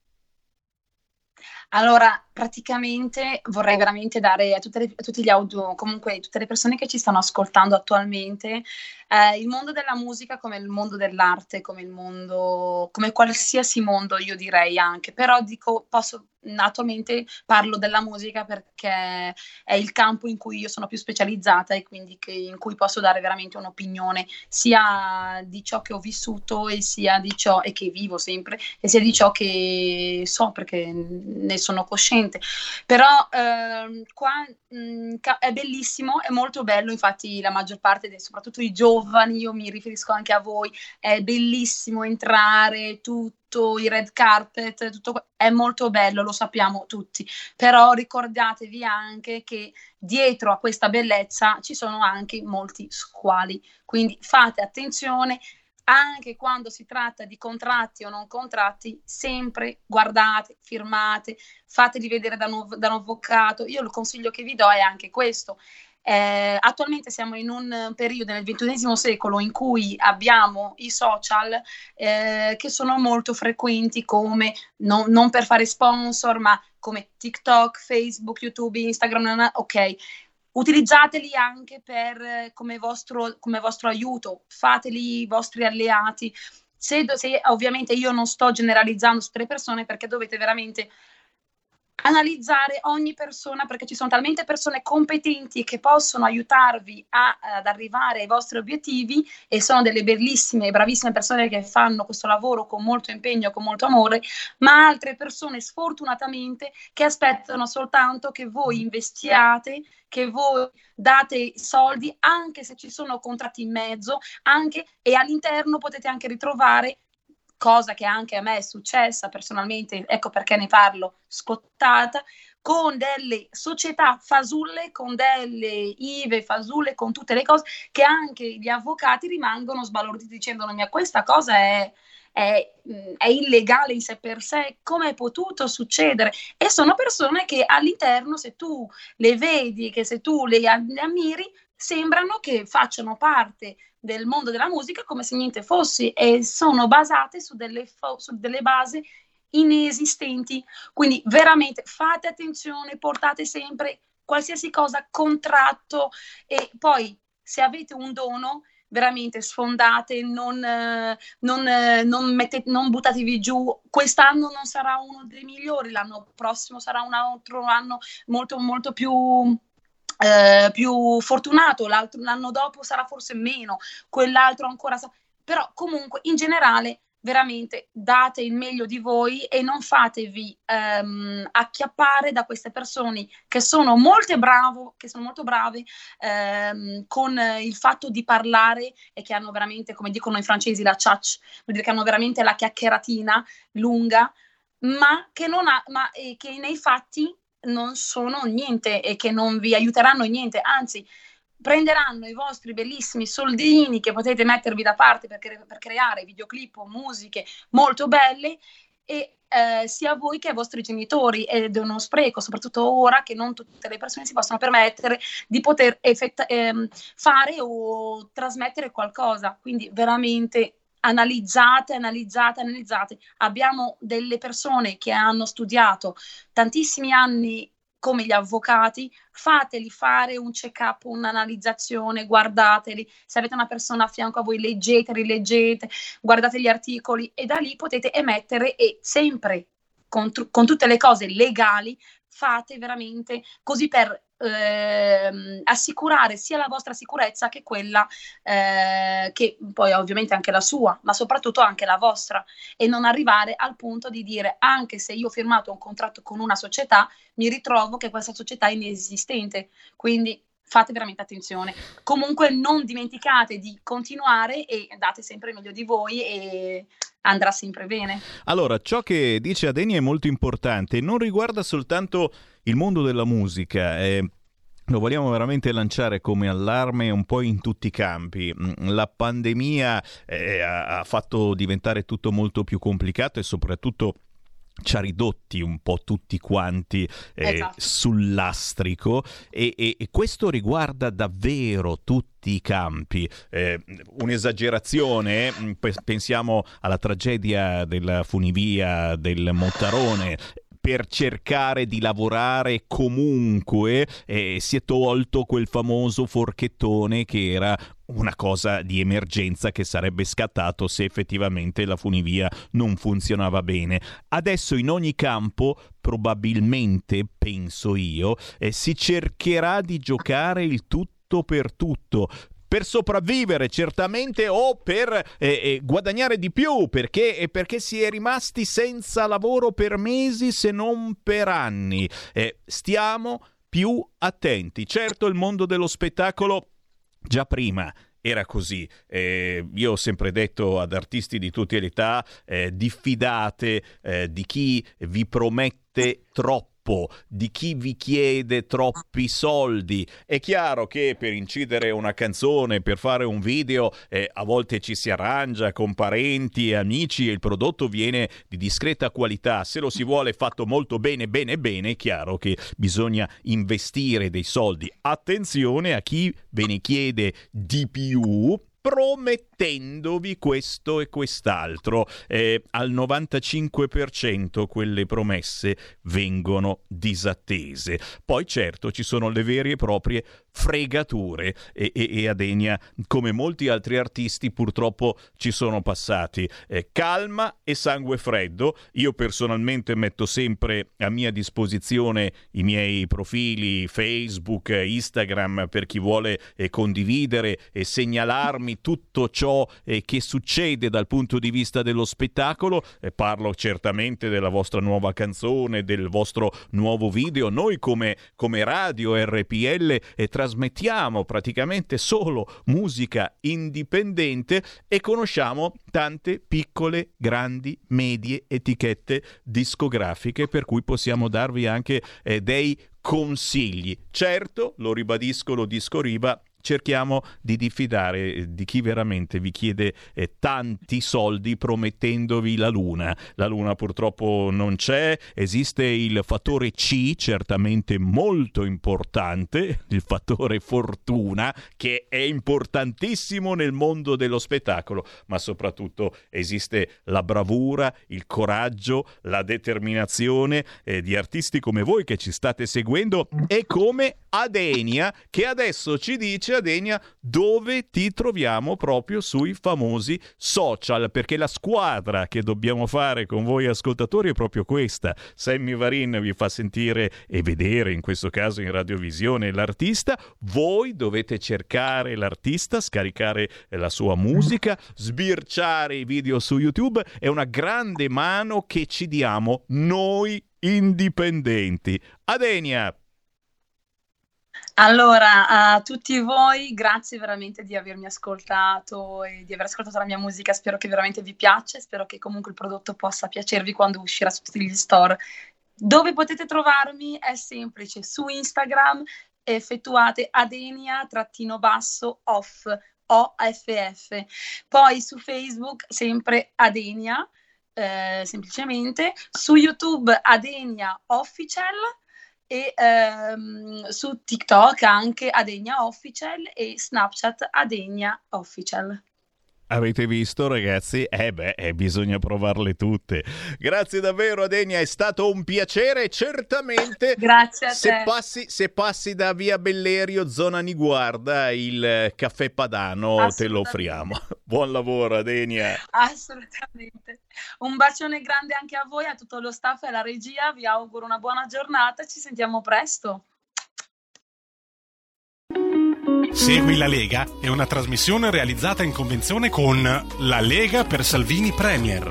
Allora, praticamente vorrei veramente dare a, tutte le, a tutti gli audio, comunque a tutte le persone che ci stanno ascoltando attualmente, eh, il mondo della musica come il mondo dell'arte, come il mondo, come qualsiasi mondo, io direi anche, però dico, posso, attualmente parlo della musica perché è il campo in cui io sono più specializzata e quindi che, in cui posso dare veramente un'opinione sia di ciò che ho vissuto e sia di ciò e che vivo sempre, e sia di ciò che so perché ne sono cosciente. inesistente. Però ehm, qua mh, ca- è bellissimo, è molto bello, infatti la maggior parte, dei, soprattutto i giovani, io mi riferisco anche a voi, è bellissimo entrare, tutto i red carpet, tutto, è molto bello, lo sappiamo tutti, però ricordatevi anche che dietro a questa bellezza ci sono anche molti squali, quindi fate attenzione. Anche quando si tratta di contratti o non contratti, sempre guardate, firmate, fateli vedere da un, da un avvocato. Io il consiglio che vi do è anche questo. Eh, attualmente siamo in un periodo nel ventunesimo secolo in cui abbiamo i social eh, che sono molto frequenti, come no, non per fare sponsor, ma come TikTok, Facebook, YouTube, Instagram, ok. Utilizzateli anche per, come, vostro, come vostro aiuto, fateli i vostri alleati. Se, se ovviamente io non sto generalizzando su tre persone, perché dovete veramente analizzare ogni persona, perché ci sono talmente persone competenti che possono aiutarvi a, ad arrivare ai vostri obiettivi, e sono delle bellissime e bravissime persone che fanno questo lavoro con molto impegno, con molto amore, ma altre persone sfortunatamente che aspettano soltanto che voi investiate, che voi date soldi, anche se ci sono contratti in mezzo, anche, e all'interno potete anche ritrovare, cosa che anche a me è successa personalmente, ecco perché ne parlo, scottata, con delle società fasulle, con delle I V E fasulle, con tutte le cose, che anche gli avvocati rimangono sbalorditi dicendo: ma questa cosa è, è, è illegale in sé per sé, come è potuto succedere? E sono persone che all'interno, se tu le vedi, che se tu le, le ammiri, sembrano che facciano parte del mondo della musica come se niente fosse, e sono basate su delle, fo- su delle basi inesistenti. Quindi veramente fate attenzione, portate sempre qualsiasi cosa contratto, e poi se avete un dono veramente sfondate, non, non, non, mettete, non buttatevi giù. Quest'anno non sarà uno dei migliori, l'anno prossimo sarà un altro anno molto molto più Eh, più fortunato, l'altro, l'anno dopo sarà forse meno, quell'altro ancora sa- però comunque in generale veramente date il meglio di voi e non fatevi ehm, acchiappare da queste persone che sono molto bravo, che sono molto bravi ehm, con il fatto di parlare, e che hanno veramente, come dicono i francesi, la ciac, vuol dire che hanno veramente la chiacchieratina lunga, ma che non ha, ma eh, che nei fatti non sono niente e che non vi aiuteranno in niente, anzi prenderanno i vostri bellissimi soldini che potete mettervi da parte per, cre- per creare videoclip o musiche molto belle, e eh, sia voi che ai vostri genitori, ed è uno spreco, soprattutto ora che non tutte le persone si possono permettere di poter effett- ehm, fare o trasmettere qualcosa. Quindi veramente analizzate, analizzate, analizzate. Abbiamo delle persone che hanno studiato tantissimi anni come gli avvocati, fateli fare un check-up, un'analizzazione, guardateli. Se avete una persona a fianco a voi, leggete, rileggete, guardate gli articoli, e da lì potete emettere, e sempre con, tr- con tutte le cose legali, fate veramente così per eh, assicurare sia la vostra sicurezza che quella eh, che poi ovviamente anche la sua, ma soprattutto anche la vostra, e non arrivare al punto di dire: anche se io ho firmato un contratto con una società, mi ritrovo che questa società è inesistente. Quindi fate veramente attenzione. Comunque non dimenticate di continuare e date sempre il meglio di voi, e andrà sempre bene. Allora, ciò che dice Adeni è molto importante, non riguarda soltanto il mondo della musica, eh, lo vogliamo veramente lanciare come allarme un po' in tutti i campi. La pandemia eh, ha fatto diventare tutto molto più complicato, e soprattutto ci ha ridotti un po' tutti quanti eh, esatto. sul lastrico, e, e, e questo riguarda davvero tutti i campi. Eh, un'esagerazione, pensiamo alla tragedia della funivia del Mottarone. Per cercare di lavorare comunque eh, si è tolto quel famoso forchettone che era una cosa di emergenza che sarebbe scattato se effettivamente la funivia non funzionava bene. Adesso in ogni campo, probabilmente, penso io, eh, si cercherà di giocare il tutto per tutto. per sopravvivere certamente o per eh, eh, guadagnare di più, perché, eh, perché si è rimasti senza lavoro per mesi se non per anni. Eh, stiamo più attenti. Certo, il mondo dello spettacolo già prima era così. Eh, io ho sempre detto ad artisti di tutte le età, eh, diffidate eh, di chi vi promette troppo, di chi vi chiede troppi soldi. È chiaro che per incidere una canzone, per fare un video, eh, a volte ci si arrangia con parenti e amici e il prodotto viene di discreta qualità. Se lo si vuole fatto molto bene, bene, bene, è chiaro che bisogna investire dei soldi. Attenzione a chi ve ne chiede di più, promettendovi questo e quest'altro. Eh, al novantacinque per cento quelle promesse vengono disattese. Poi certo ci sono le vere e proprie fregature e, e, e Adenia, come molti altri artisti, purtroppo ci sono passati. Eh, calma e sangue freddo. Io personalmente metto sempre a mia disposizione i miei profili Facebook, Instagram, per chi vuole eh, condividere e segnalarmi tutto ciò eh, che succede dal punto di vista dello spettacolo. Eh, parlo certamente della vostra nuova canzone, del vostro nuovo video. Noi come, come radio R P L eh, trasmettiamo praticamente solo musica indipendente e conosciamo tante piccole, grandi, medie etichette discografiche, per cui possiamo darvi anche eh, dei consigli. Certo, lo ribadisco, lo disco riba, cerchiamo di diffidare di chi veramente vi chiede eh, tanti soldi promettendovi la luna. La luna purtroppo non c'è, esiste il fattore C, certamente molto importante, il fattore fortuna, che è importantissimo nel mondo dello spettacolo, ma soprattutto esiste la bravura, il coraggio, la determinazione eh, di artisti come voi che ci state seguendo e come Adenia, che adesso ci dice, Adenia, dove ti troviamo proprio sui famosi social, perché la squadra che dobbiamo fare con voi ascoltatori è proprio questa. Sammy Varin vi fa sentire e vedere, in questo caso in radiovisione, l'artista. Voi dovete cercare l'artista, scaricare la sua musica, sbirciare i video su YouTube. È una grande mano che ci diamo noi indipendenti. Adenia! Allora, a tutti voi, grazie veramente di avermi ascoltato e di aver ascoltato la mia musica. Spero che veramente vi piaccia, spero che comunque il prodotto possa piacervi quando uscirà su tutti gli store. Dove potete trovarmi è semplice, su Instagram effettuate Adenia-off, O F F. Poi su Facebook sempre Adenia, eh, semplicemente. Su YouTube Adenia Official. E ehm, su TikTok anche Adenia Official e Snapchat Adenia Official. Avete visto, ragazzi? Eh beh, eh, bisogna provarle tutte. Grazie davvero, Adenia, è stato un piacere. Certamente, grazie a se te. Passi, se passi da via Bellerio, zona Niguarda, il caffè padano te lo offriamo. Buon lavoro, Adenia. Assolutamente. Un bacione grande anche a voi, a tutto lo staff e alla regia. Vi auguro una buona giornata. Ci sentiamo presto. Segui la Lega è una trasmissione realizzata in convenzione con La Lega per Salvini Premier.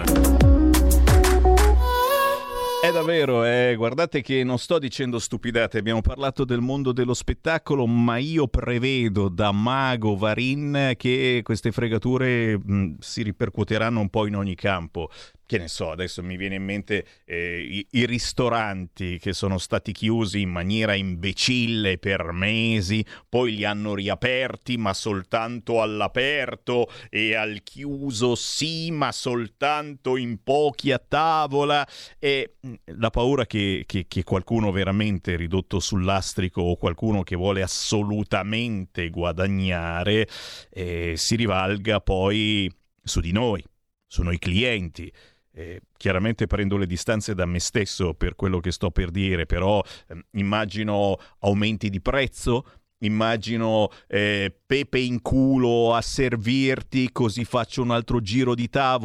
È davvero, eh, guardate che non sto dicendo stupidate, abbiamo parlato del mondo dello spettacolo, ma io prevedo da mago Varin che queste fregature mh, si ripercuoteranno un po' in ogni campo. Che ne so, adesso mi viene in mente eh, i, i ristoranti che sono stati chiusi in maniera imbecille per mesi, poi li hanno riaperti ma soltanto all'aperto, e al chiuso sì ma soltanto in pochi a tavola, e la paura che, che, che qualcuno veramente ridotto sul lastrico o qualcuno che vuole assolutamente guadagnare eh, si rivalga poi su di noi, su noi clienti. Eh, chiaramente prendo le distanze da me stesso per quello che sto per dire, però eh, immagino aumenti di prezzo, immagino eh, pepe in culo a servirti così faccio un altro giro di tavoli,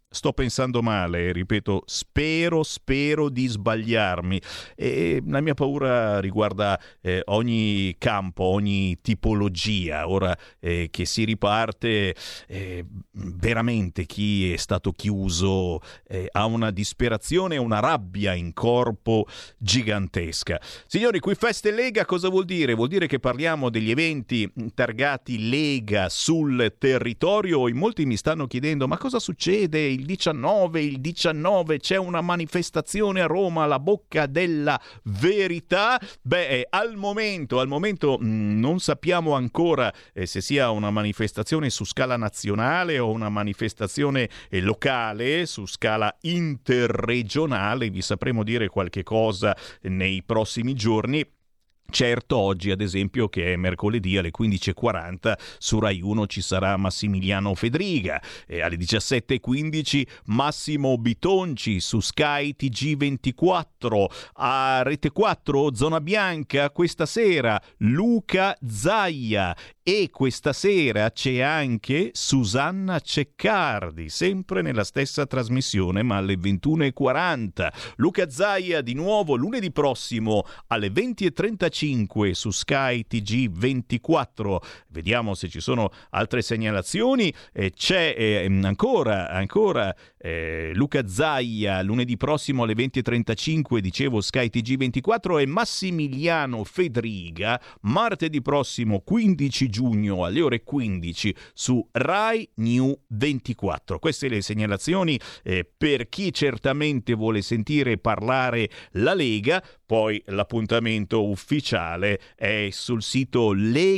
sto pensando male, ripeto, spero, spero di sbagliarmi. E la mia paura riguarda eh, ogni campo, ogni tipologia. Ora eh, che si riparte, eh, veramente chi è stato chiuso eh, ha una disperazione e una rabbia in corpo gigantesca. Signori, qui Feste Lega cosa vuol dire? Vuol dire che parliamo degli eventi targati Lega sul territorio. In molti mi stanno chiedendo: ma cosa succede il diciannove? Il diciannove c'è una manifestazione a Roma, la Bocca della Verità. Beh, al momento, al momento mh, non sappiamo ancora eh, se sia una manifestazione su scala nazionale o una manifestazione eh, locale, su scala interregionale. Vi sapremo dire qualche cosa nei prossimi giorni. Certo, oggi ad esempio, che è mercoledì, alle quindici e quaranta su Rai uno ci sarà Massimiliano Fedriga, e alle diciassette e quindici Massimo Bitonci su Sky T G ventiquattro, a Rete quattro Zona Bianca questa sera Luca Zaia, e questa sera c'è anche Susanna Ceccardi, sempre nella stessa trasmissione ma alle ventuno e quaranta. Luca Zaia di nuovo lunedì prossimo alle venti e trentacinque su Sky T G ventiquattro. Vediamo se ci sono altre segnalazioni. Eh, c'è eh, ancora, ancora eh, Luca Zaia lunedì prossimo alle venti e trentacinque, dicevo Sky T G ventiquattro, e Massimiliano Fedriga martedì prossimo quindici giugno alle ore quindici su Rai New ventiquattro. Queste le segnalazioni eh, per chi certamente vuole sentire parlare la Lega. Poi l'appuntamento ufficiale è sul sito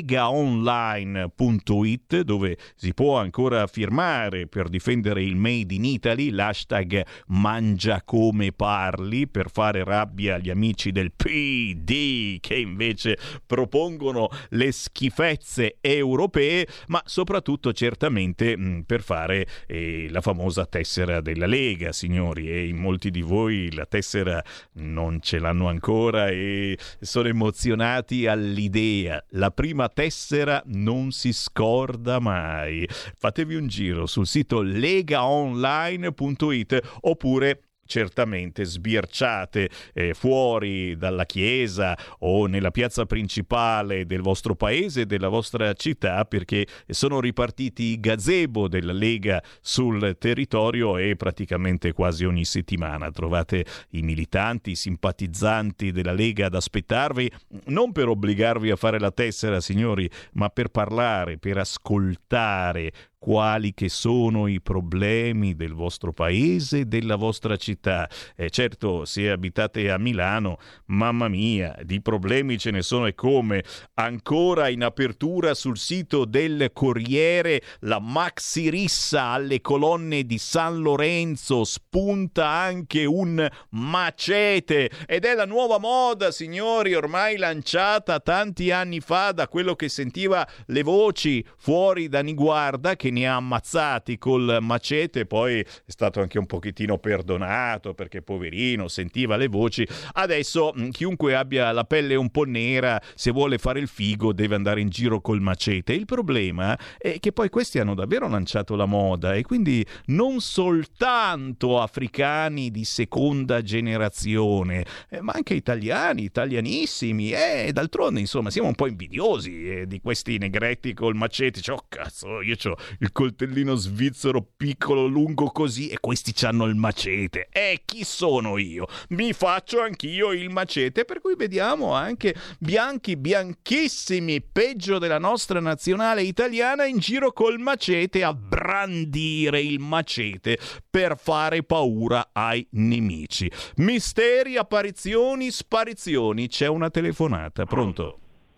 legaonline punto it, dove si può ancora firmare per difendere il Made in Italy, l'hashtag Mangia come parli, per fare rabbia agli amici del P D che invece propongono le schifezze europee, ma soprattutto certamente mh, per fare eh, la famosa tessera della Lega, signori, e in molti di voi la tessera non ce l'hanno ancora ancora e sono emozionati all'idea. La prima tessera non si scorda mai. Fatevi un giro sul sito legaonline punto it, oppure certamente sbirciate eh, fuori dalla chiesa o nella piazza principale del vostro paese, della vostra città, perché sono ripartiti i gazebo della Lega sul territorio, e praticamente quasi ogni settimana trovate i militanti, i simpatizzanti della Lega ad aspettarvi, non per obbligarvi a fare la tessera, signori, ma per parlare, per ascoltare quali che sono i problemi del vostro paese, della vostra città. E certo, se abitate a Milano, mamma mia, di problemi ce ne sono e come. Ancora in apertura sul sito del Corriere la maxi rissa alle colonne di San Lorenzo, spunta anche un macete, ed è la nuova moda, signori, ormai lanciata tanti anni fa da quello che sentiva le voci fuori da Niguarda, che ne ha ammazzati col macete. Poi è stato anche un pochettino perdonato perché poverino sentiva le voci. Adesso chiunque abbia la pelle un po' nera, se vuole fare il figo deve andare in giro col macete. Il problema è che poi questi hanno davvero lanciato la moda, e quindi non soltanto africani di seconda generazione, eh, ma anche italiani, italianissimi, e eh, d'altronde insomma siamo un po' invidiosi eh, di questi negretti col macete. Cioè, oh cazzo, io c'ho il coltellino svizzero piccolo lungo così e questi c'hanno il macete. E chi sono io? Mi faccio anch'io il macete. Per cui vediamo anche bianchi, bianchissimi, peggio della nostra nazionale italiana, in giro col macete, a brandire il macete per fare paura ai nemici. Misteri, apparizioni, sparizioni. C'è una telefonata. Pronto?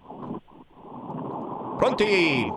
Pronti?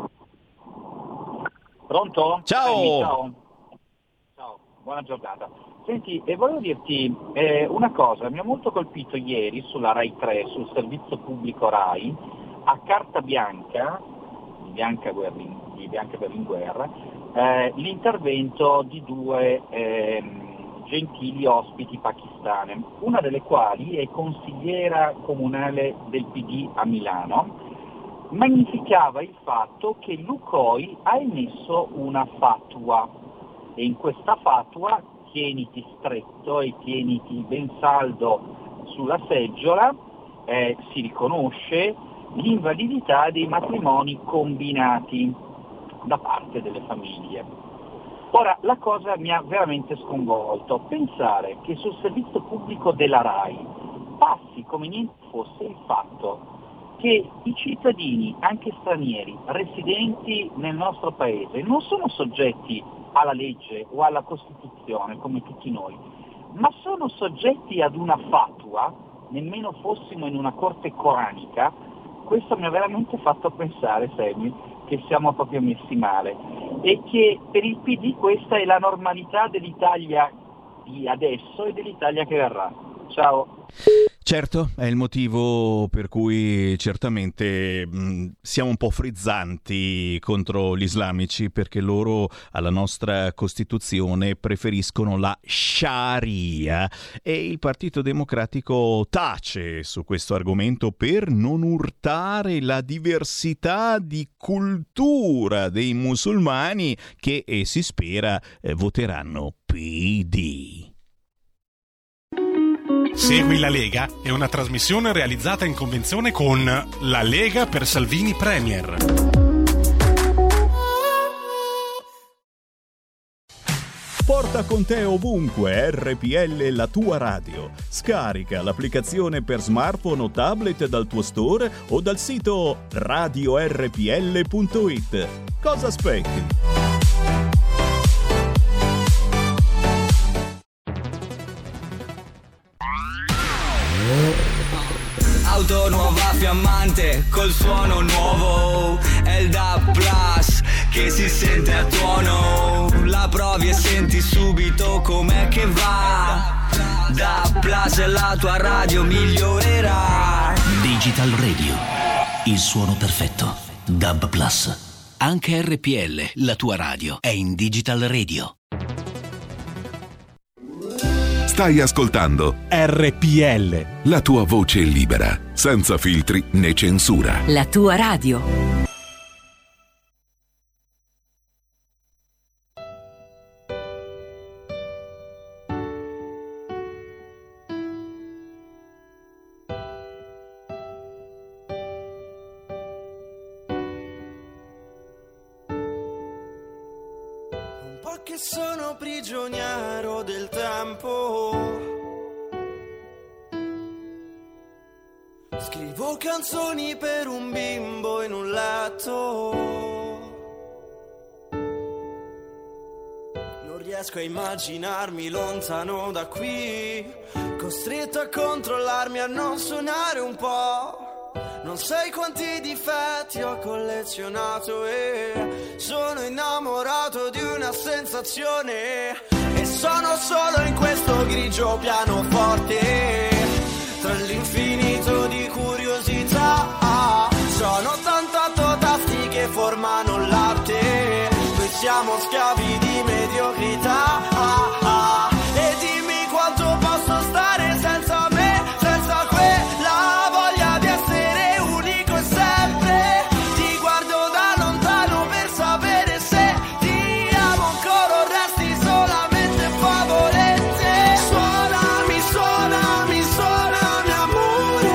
Pronto? Ciao. Senti, ciao. Ciao, buona giornata. Senti, e volevo dirti eh, una cosa, mi ha molto colpito ieri sulla Rai tre, sul servizio pubblico Rai, a carta bianca, di Bianca, Guerrin, di Bianca Berlinguer, eh, l'intervento di due eh, gentili ospiti pakistane, una delle quali è consigliera comunale del P D a Milano. Magnificava il fatto che Lukoil ha emesso una fatwa, e in questa fatua tieniti stretto e tieniti ben saldo sulla seggiola, eh, si riconosce l'invalidità dei matrimoni combinati da parte delle famiglie. Ora, la cosa mi ha veramente sconvolto, pensare che sul servizio pubblico della RAI passi come niente fosse il fatto che i cittadini, anche stranieri, residenti nel nostro paese, non sono soggetti alla legge o alla Costituzione come tutti noi, ma sono soggetti ad una fatua, nemmeno fossimo in una corte coranica. Questo mi ha veramente fatto pensare, Sammy, che siamo proprio messi male e che per il P D questa è la normalità dell'Italia di adesso e dell'Italia che verrà. Ciao. Certo, è il motivo per cui certamente mh, siamo un po' frizzanti contro gli islamici, perché loro alla nostra Costituzione preferiscono la Sharia e il Partito Democratico tace su questo argomento per non urtare la diversità di cultura dei musulmani che eh, si spera eh, voteranno P D. Segui la Lega è una trasmissione realizzata in convenzione con La Lega per Salvini Premier. Porta con te ovunque R P L, la tua radio. Scarica l'applicazione per smartphone o tablet dal tuo store o dal sito radio erre pi elle punto it. Cosa aspetti? Auto nuova fiammante col suono nuovo, è il D A B Plus che si sente a tuono, la provi e senti subito com'è che va. D A B Plus e la tua radio migliorerà. Digital Radio, il suono perfetto. D A B Plus. Anche R P L, la tua radio, è in Digital Radio. Stai ascoltando R P L, la tua voce libera, senza filtri né censura. La tua radio. Un po' che sono prigioniero del tempo. Scrivo canzoni per un bimbo in un letto. Non riesco a immaginarmi lontano da qui, costretto a controllarmi, a non suonare un po'. Non sai quanti difetti ho collezionato e sono innamorato di una sensazione. E sono solo in questo grigio pianoforte, tra l'infinito di curiosità. Sono ottantotto tasti che formano l'arte, noi siamo schiavi di mediocrità. E dimmi quanto posso stare senza me, senza quella voglia di essere unico e sempre. Ti guardo da lontano per sapere se ti amo ancora o resti solamente favolette. Suonami, suonami, suonami amore.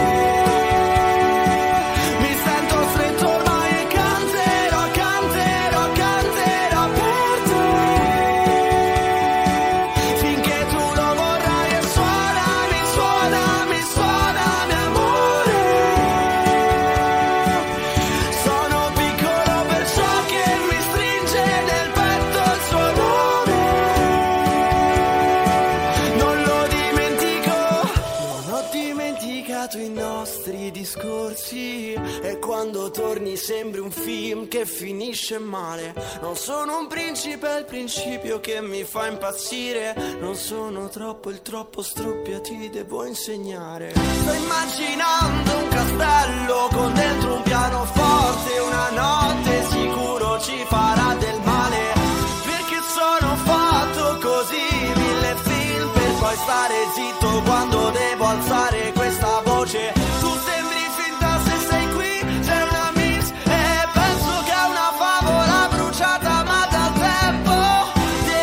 Mi sento stretto ormai e canterò, canterò, canterò per te, finché tu lo vorrai. E suonami, suonami, suonami amore. Sono piccolo perciò che mi stringe nel petto il suo nome. Non lo dimentico, non ho dimenticato i nostri discorsi. E quando torni sembri un film che finisce male. Non sono un principe al principio che mi fa impazzire. Non sono troppo il troppo stroppia, ti devo insegnare. Sto immaginando un castello con dentro un pianoforte. Una notte sicuro ci farà del male, perché sono fatto così, mille film per poi stare zitto quando devo alzare questa voce. Tu sembri finta se sei qui, c'è una mix e penso che è una favola bruciata, ma dal tempo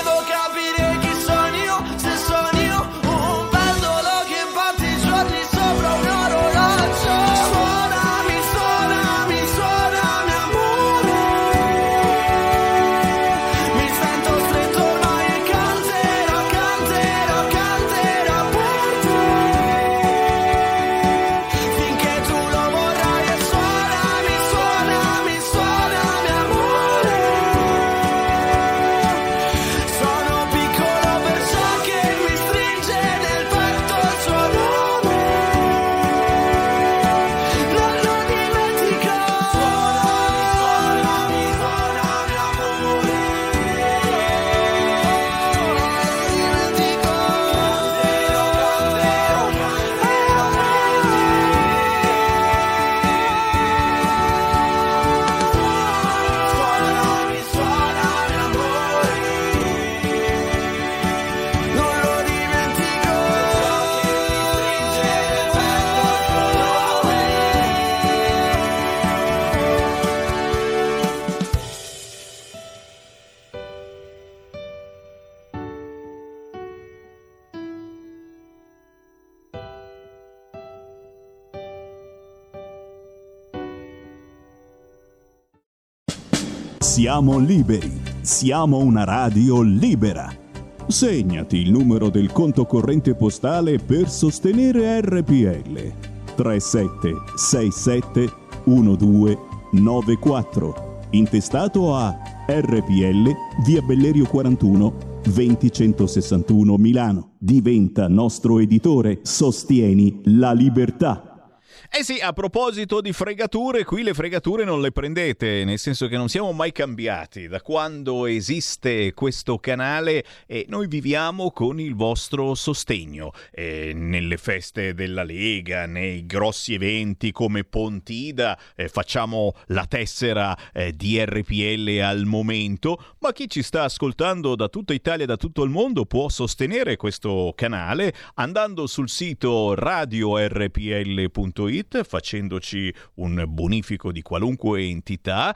Siamo liberi, siamo una radio libera. Segnati il numero del conto corrente postale per sostenere R P L. tre sette sei sette uno due nove quattro, intestato a R P L, via Bellerio quarantuno, venti centosessantuno Milano. Diventa nostro editore, sostieni la libertà. Eh sì, a proposito di fregature, qui le fregature non le prendete, nel senso che non siamo mai cambiati. Da quando esiste questo canale e noi viviamo con il vostro sostegno. E nelle feste della Lega, nei grossi eventi come Pontida, eh, facciamo la tessera eh, di R P L al momento, ma chi ci sta ascoltando da tutta Italia e da tutto il mondo può sostenere questo canale andando sul sito radio R P L punto it, facendoci un bonifico di qualunque entità,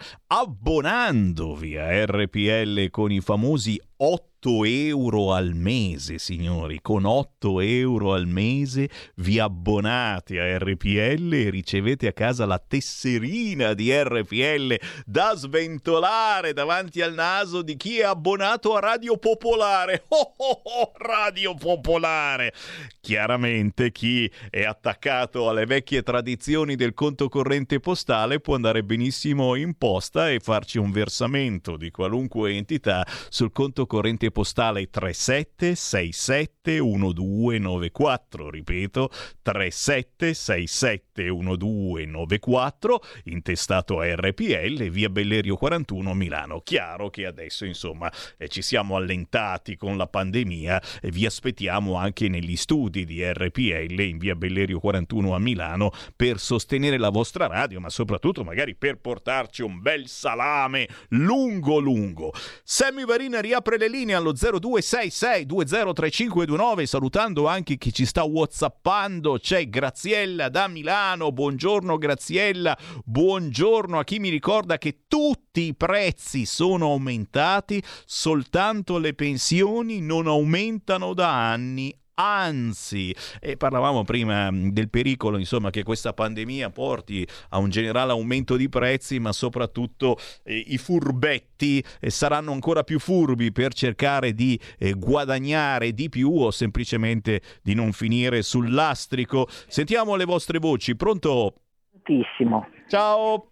abbonandovi a R P L con i famosi otto euro al mese, signori. Con otto euro al mese vi abbonate a R P L e ricevete a casa la tesserina di R P L da sventolare davanti al naso di chi è abbonato a Radio Popolare. Oh, oh, oh, Radio Popolare! Chiaramente chi è attaccato alle vecchie tradizioni del conto corrente postale può andare benissimo in posta e farci un versamento di qualunque entità sul conto corrente postale tre sette sei sette uno due nove quattro, ripeto tre sette sei sette uno due nove quattro, intestato a R P L, via Bellerio quarantuno Milano. Chiaro che adesso insomma eh, ci siamo allentati con la pandemia e vi aspettiamo anche negli studi di R P L in via Bellerio quarantuno a Milano per sostenere la vostra radio, ma soprattutto magari per portarci un bel salame lungo lungo. Sammy Varina riapre le linee allo zero due sei sei due zero tre cinque due nove, salutando anche chi ci sta whatsappando. C'è Graziella da Milano, buongiorno Graziella, buongiorno a chi mi ricorda che tutti i prezzi sono aumentati, soltanto le pensioni non aumentano da anni. Anzi, e parlavamo prima del pericolo insomma che questa pandemia porti a un generale aumento di prezzi, ma soprattutto eh, i furbetti eh, saranno ancora più furbi per cercare di eh, guadagnare di più o semplicemente di non finire sul lastrico. Sentiamo le vostre voci. Pronto? Tantissimo. Ciao.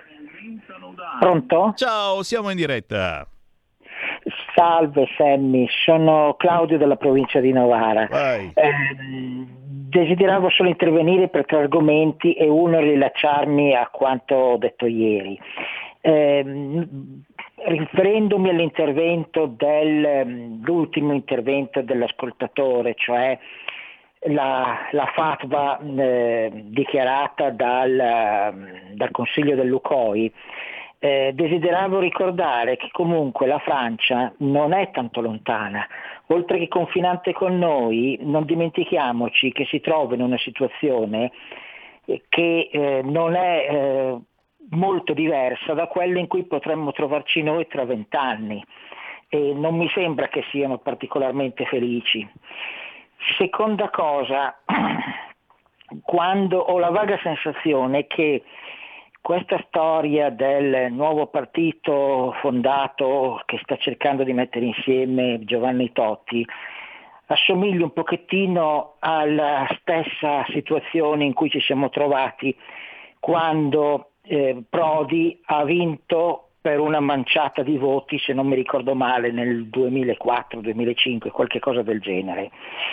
Pronto? Ciao, siamo in diretta. Salve Sammy, sono Claudio della provincia di Novara. Eh, desideravo solo intervenire per tre argomenti e uno rilacciarmi a quanto ho detto ieri. Eh, riferendomi all'intervento del, l'ultimo intervento dell'ascoltatore, cioè la, la fatwa eh, dichiarata dal, dal Consiglio del Lucoi, Eh, desideravo ricordare che comunque la Francia non è tanto lontana, oltre che confinante con noi, non dimentichiamoci che si trova in una situazione che eh, non è eh, molto diversa da quella in cui potremmo trovarci noi tra vent'anni e non mi sembra che siano particolarmente felici. Seconda cosa, quando ho la vaga sensazione che questa storia del nuovo partito fondato che sta cercando di mettere insieme Giovanni Totti assomiglia un pochettino alla stessa situazione in cui ci siamo trovati quando eh, Prodi ha vinto per una manciata di voti, se non mi ricordo male, nel duemilaquattro duemilacinque, qualche cosa del genere.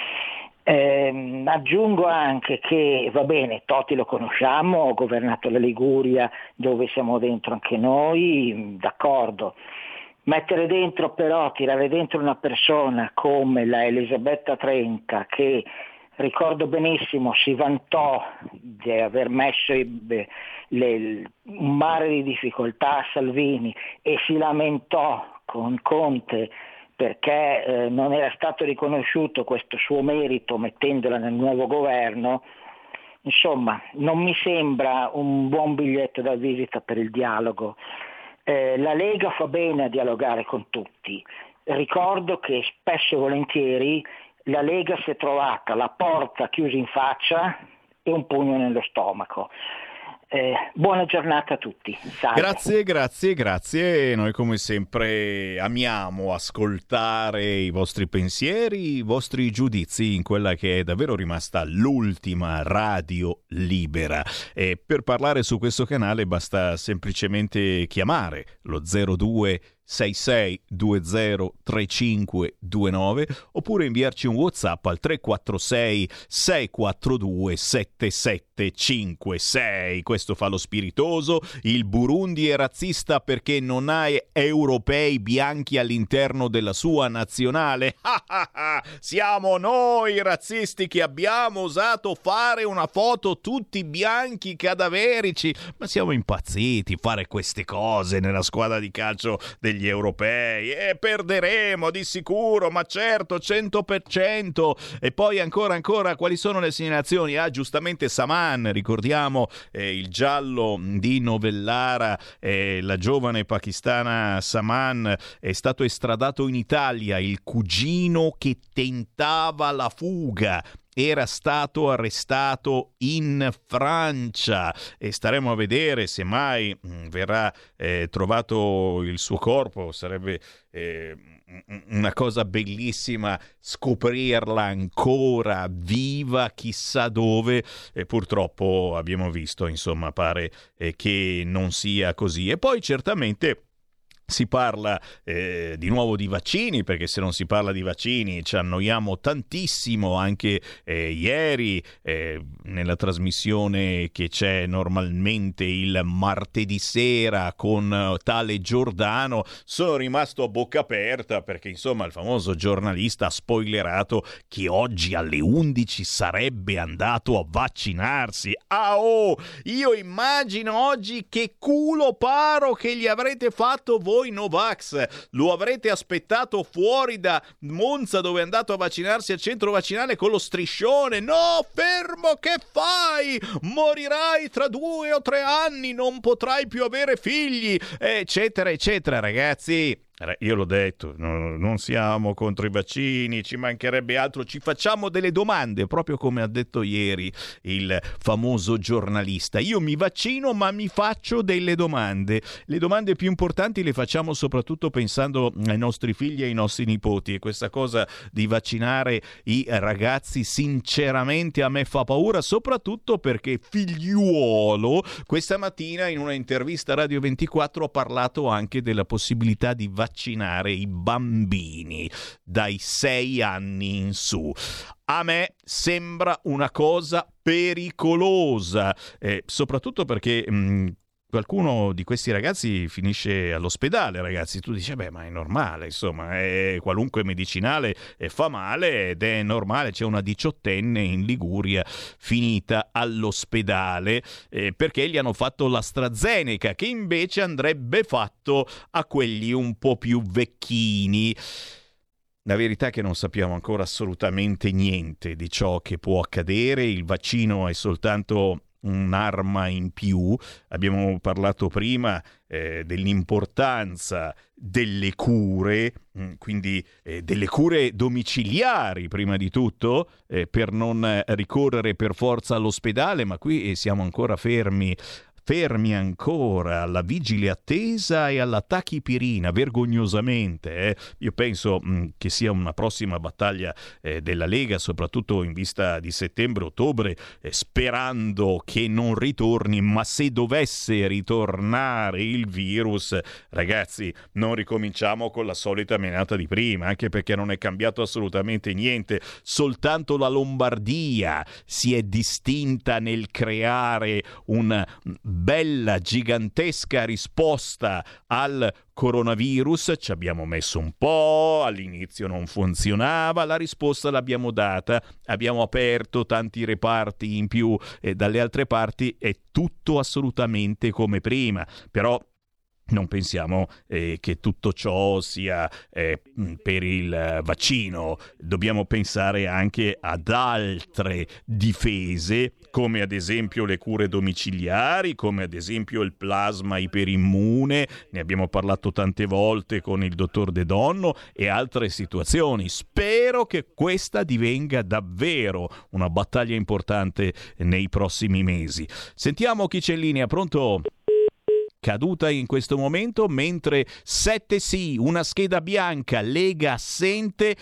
Eh, aggiungo anche che va bene, Totti lo conosciamo, ho governato la Liguria dove siamo dentro anche noi, d'accordo. Mettere dentro però, tirare dentro una persona come la Elisabetta Trenca, che ricordo benissimo si vantò di aver messo i, le, un mare di difficoltà a Salvini e si lamentò con Conte perché eh, non era stato riconosciuto questo suo merito mettendola nel nuovo governo, insomma non mi sembra un buon biglietto da visita per il dialogo. Eh, la Lega fa bene a dialogare con tutti, ricordo che spesso e volentieri la Lega si è trovata la porta chiusa in faccia e un pugno nello stomaco. Eh, buona giornata a tutti. Salve. Grazie, grazie, grazie. Noi come sempre amiamo ascoltare i vostri pensieri, i vostri giudizi in quella che è davvero rimasta l'ultima radio libera. E per parlare su questo canale basta semplicemente chiamare lo zero due sei sei due zero tre cinque due nove oppure inviarci un WhatsApp al tre quattro sei sei quattro due sette sette cinque sei. Questo fa lo spiritoso. Il Burundi è razzista perché non ha europei bianchi all'interno della sua nazionale. Siamo noi razzisti che abbiamo osato fare una foto tutti bianchi cadaverici. Ma siamo impazziti fare queste cose nella squadra di calcio degli gli europei e perderemo di sicuro, ma certo, cento per cento. E poi ancora ancora quali sono le segnalazioni? Ah, giustamente Saman, ricordiamo eh, il giallo di Novellara, eh, la giovane pakistana Saman è stato estradato in Italia, il cugino che tentava la fuga era stato arrestato in Francia e staremo a vedere se mai mh, verrà eh, trovato il suo corpo. Sarebbe eh, una cosa bellissima scoprirla ancora viva chissà dove, e purtroppo abbiamo visto, insomma, pare eh, che non sia così. E poi certamente si parla eh, di nuovo di vaccini, perché se non si parla di vaccini ci annoiamo tantissimo. Anche eh, ieri eh, nella trasmissione che c'è normalmente il martedì sera con uh, tale Giordano sono rimasto a bocca aperta, perché insomma il famoso giornalista ha spoilerato che oggi alle undici sarebbe andato a vaccinarsi. Ah oh, io immagino oggi che culo paro che gli avrete fatto voi Novax. Lo avrete aspettato fuori da Monza, dove è andato a vaccinarsi al centro vaccinale con lo striscione. No, fermo, che fai? Morirai tra due o tre anni, non potrai più avere figli, eccetera eccetera. Ragazzi, io l'ho detto, no, non siamo contro i vaccini, ci mancherebbe altro, ci facciamo delle domande, proprio come ha detto ieri il famoso giornalista. Io mi vaccino, ma mi faccio delle domande. Le domande più importanti le facciamo soprattutto pensando ai nostri figli e ai nostri nipoti, e questa cosa di vaccinare i ragazzi sinceramente a me fa paura, soprattutto perché figliuolo questa mattina in una intervista a Radio ventiquattro ha parlato anche della possibilità di vaccinare vaccinare i bambini dai sei anni in su. A me sembra una cosa pericolosa, eh, soprattutto perché mh, qualcuno di questi ragazzi finisce all'ospedale. Ragazzi, tu dici, beh, ma è normale, insomma, è qualunque medicinale e fa male ed è normale. C'è una diciottenne in Liguria finita all'ospedale eh, perché gli hanno fatto l'AstraZeneca, che invece andrebbe fatto a quelli un po' più vecchini. La verità è che non sappiamo ancora assolutamente niente di ciò che può accadere. Il vaccino è soltanto un'arma in più. Abbiamo parlato prima eh, dell'importanza delle cure, mh, quindi eh, delle cure domiciliari prima di tutto, eh, per non ricorrere per forza all'ospedale, ma qui eh, siamo ancora fermi fermi ancora alla vigile attesa e alla tachipirina, vergognosamente. Eh. Io penso mh, che sia una prossima battaglia eh, della Lega, soprattutto in vista di settembre-ottobre, eh, sperando che non ritorni, ma se dovesse ritornare il virus, ragazzi, non ricominciamo con la solita menata di prima, anche perché non è cambiato assolutamente niente. Soltanto la Lombardia si è distinta nel creare un bella, gigantesca risposta al coronavirus. Ci abbiamo messo un po', all'inizio non funzionava, la risposta l'abbiamo data, abbiamo aperto tanti reparti in più e dalle altre parti è tutto assolutamente come prima. Però non pensiamo eh, che tutto ciò sia eh, per il vaccino, dobbiamo pensare anche ad altre difese, come ad esempio le cure domiciliari, come ad esempio il plasma iperimmune, ne abbiamo parlato tante volte con il dottor De Donno, e altre situazioni. Spero che questa divenga davvero una battaglia importante nei prossimi mesi. Sentiamo chi c'è in linea, pronto? Caduta in questo momento, mentre sette sì, una scheda bianca, Lega assente.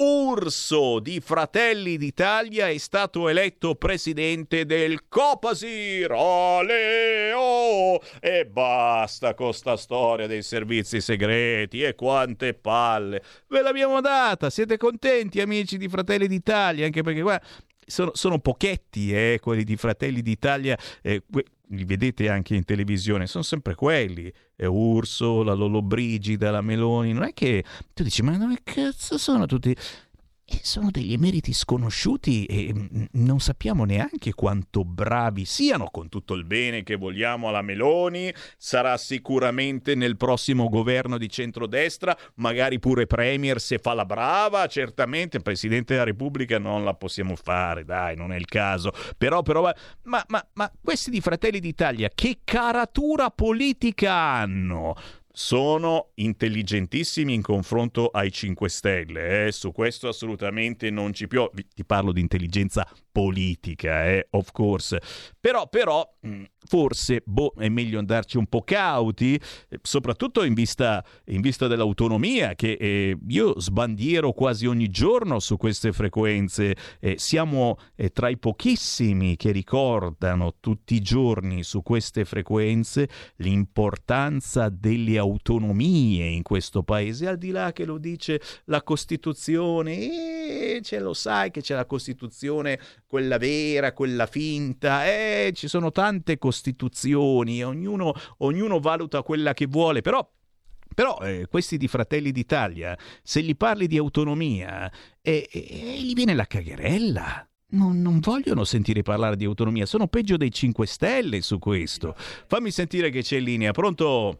Urso di Fratelli d'Italia è stato eletto presidente del Copasir. Ole, oh! E basta con sta storia dei servizi segreti e quante palle. Ve l'abbiamo data, siete contenti amici di Fratelli d'Italia? Anche perché guarda, sono, sono pochetti eh, quelli di Fratelli d'Italia, eh, que- li vedete anche in televisione, sono sempre quelli, è Urso, la Lollobrigida, la Meloni, non è che tu dici ma dove cazzo sono tutti? E sono degli emeriti sconosciuti e non sappiamo neanche quanto bravi siano, con tutto il bene che vogliamo alla Meloni. Sarà sicuramente nel prossimo governo di centrodestra, magari pure premier se fa la brava, certamente Presidente della Repubblica non la possiamo fare, dai, non è il caso. Però, però ma, ma, ma questi di Fratelli d'Italia che caratura politica hanno? Sono intelligentissimi in confronto ai cinque Stelle, eh? Su questo assolutamente non ci piove. Ti parlo di intelligenza politica, eh? Of course. Però, però forse boh, è meglio andarci un po' cauti, soprattutto in vista, in vista dell'autonomia, che eh, io sbandiero quasi ogni giorno su queste frequenze. Eh, siamo eh, tra i pochissimi che ricordano tutti i giorni su queste frequenze l'importanza delle autonomie in questo paese, al di là che lo dice la Costituzione, e ce lo sai che c'è la Costituzione, quella vera, quella finta, eh, ci sono tante Costituzioni, ognuno, ognuno valuta quella che vuole, però Però eh, questi di Fratelli d'Italia, se gli parli di autonomia, eh, eh, gli viene la cagherella. Non, non vogliono sentire parlare di autonomia, sono peggio dei cinque Stelle su questo. Fammi sentire che c'è in linea, pronto?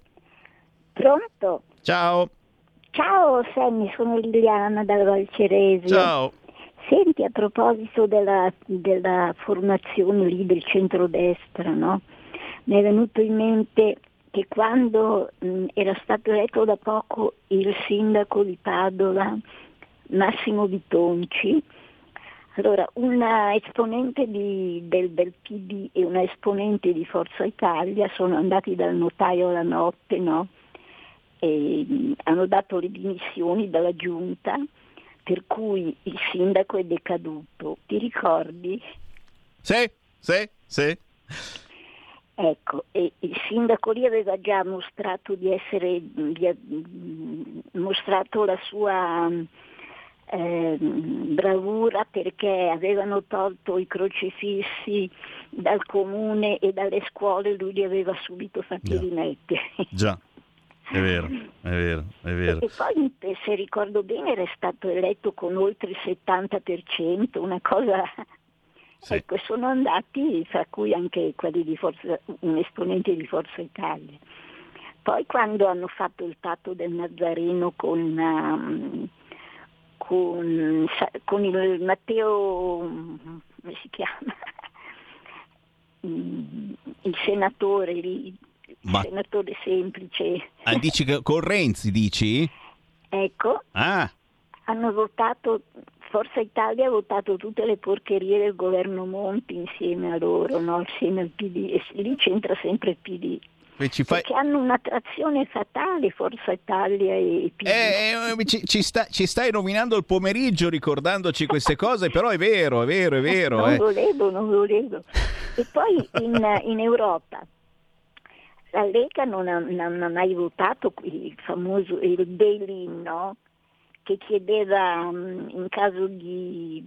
Pronto? Ciao. Ciao Sammy, sono Liliana dalla Valceresio. Ciao. Senti, a proposito della, della formazione lì del centrodestra, no? Mi è venuto in mente che quando mh, era stato eletto da poco il sindaco di Padova, Massimo Bitonci, allora una esponente di, del, del P D e una esponente di Forza Italia sono andati dal notaio la notte, no? E mh, hanno dato le dimissioni dalla giunta, per cui il sindaco è decaduto. Ti ricordi? Sì, sì, sì. Ecco, e il sindaco lì aveva già mostrato di essere, di, mostrato la sua eh, bravura, perché avevano tolto i crocifissi dal comune e dalle scuole, lui li aveva subito fatti Già. rimettere. Già. È vero, è vero, è vero. E poi, se ricordo bene, era stato eletto con oltre il settanta per cento, una cosa... Sì. Ecco, sono andati, fra cui anche quelli di Forza, un esponente di Forza Italia. Poi quando hanno fatto il patto del Nazareno con, um, con, con il Matteo, come si chiama? Il senatore lì, Ma... il senatore semplice. Ah, dici che con Renzi, dici? Ecco, ah. hanno votato, Forza Italia ha votato tutte le porcherie del governo Monti insieme a loro, no? Insieme al P D, e lì c'entra sempre il P D. Ci fai... Perché hanno un'attrazione fatale Forza Italia e P D. Eh, eh, ci, ci, sta, ci stai nominando il pomeriggio ricordandoci queste cose, però è vero, è vero, è vero. Non eh. volevo, non volevo. E poi in, in Europa la Lega non ha, non ha mai votato il famoso il bail-in, no? Che chiedeva in caso di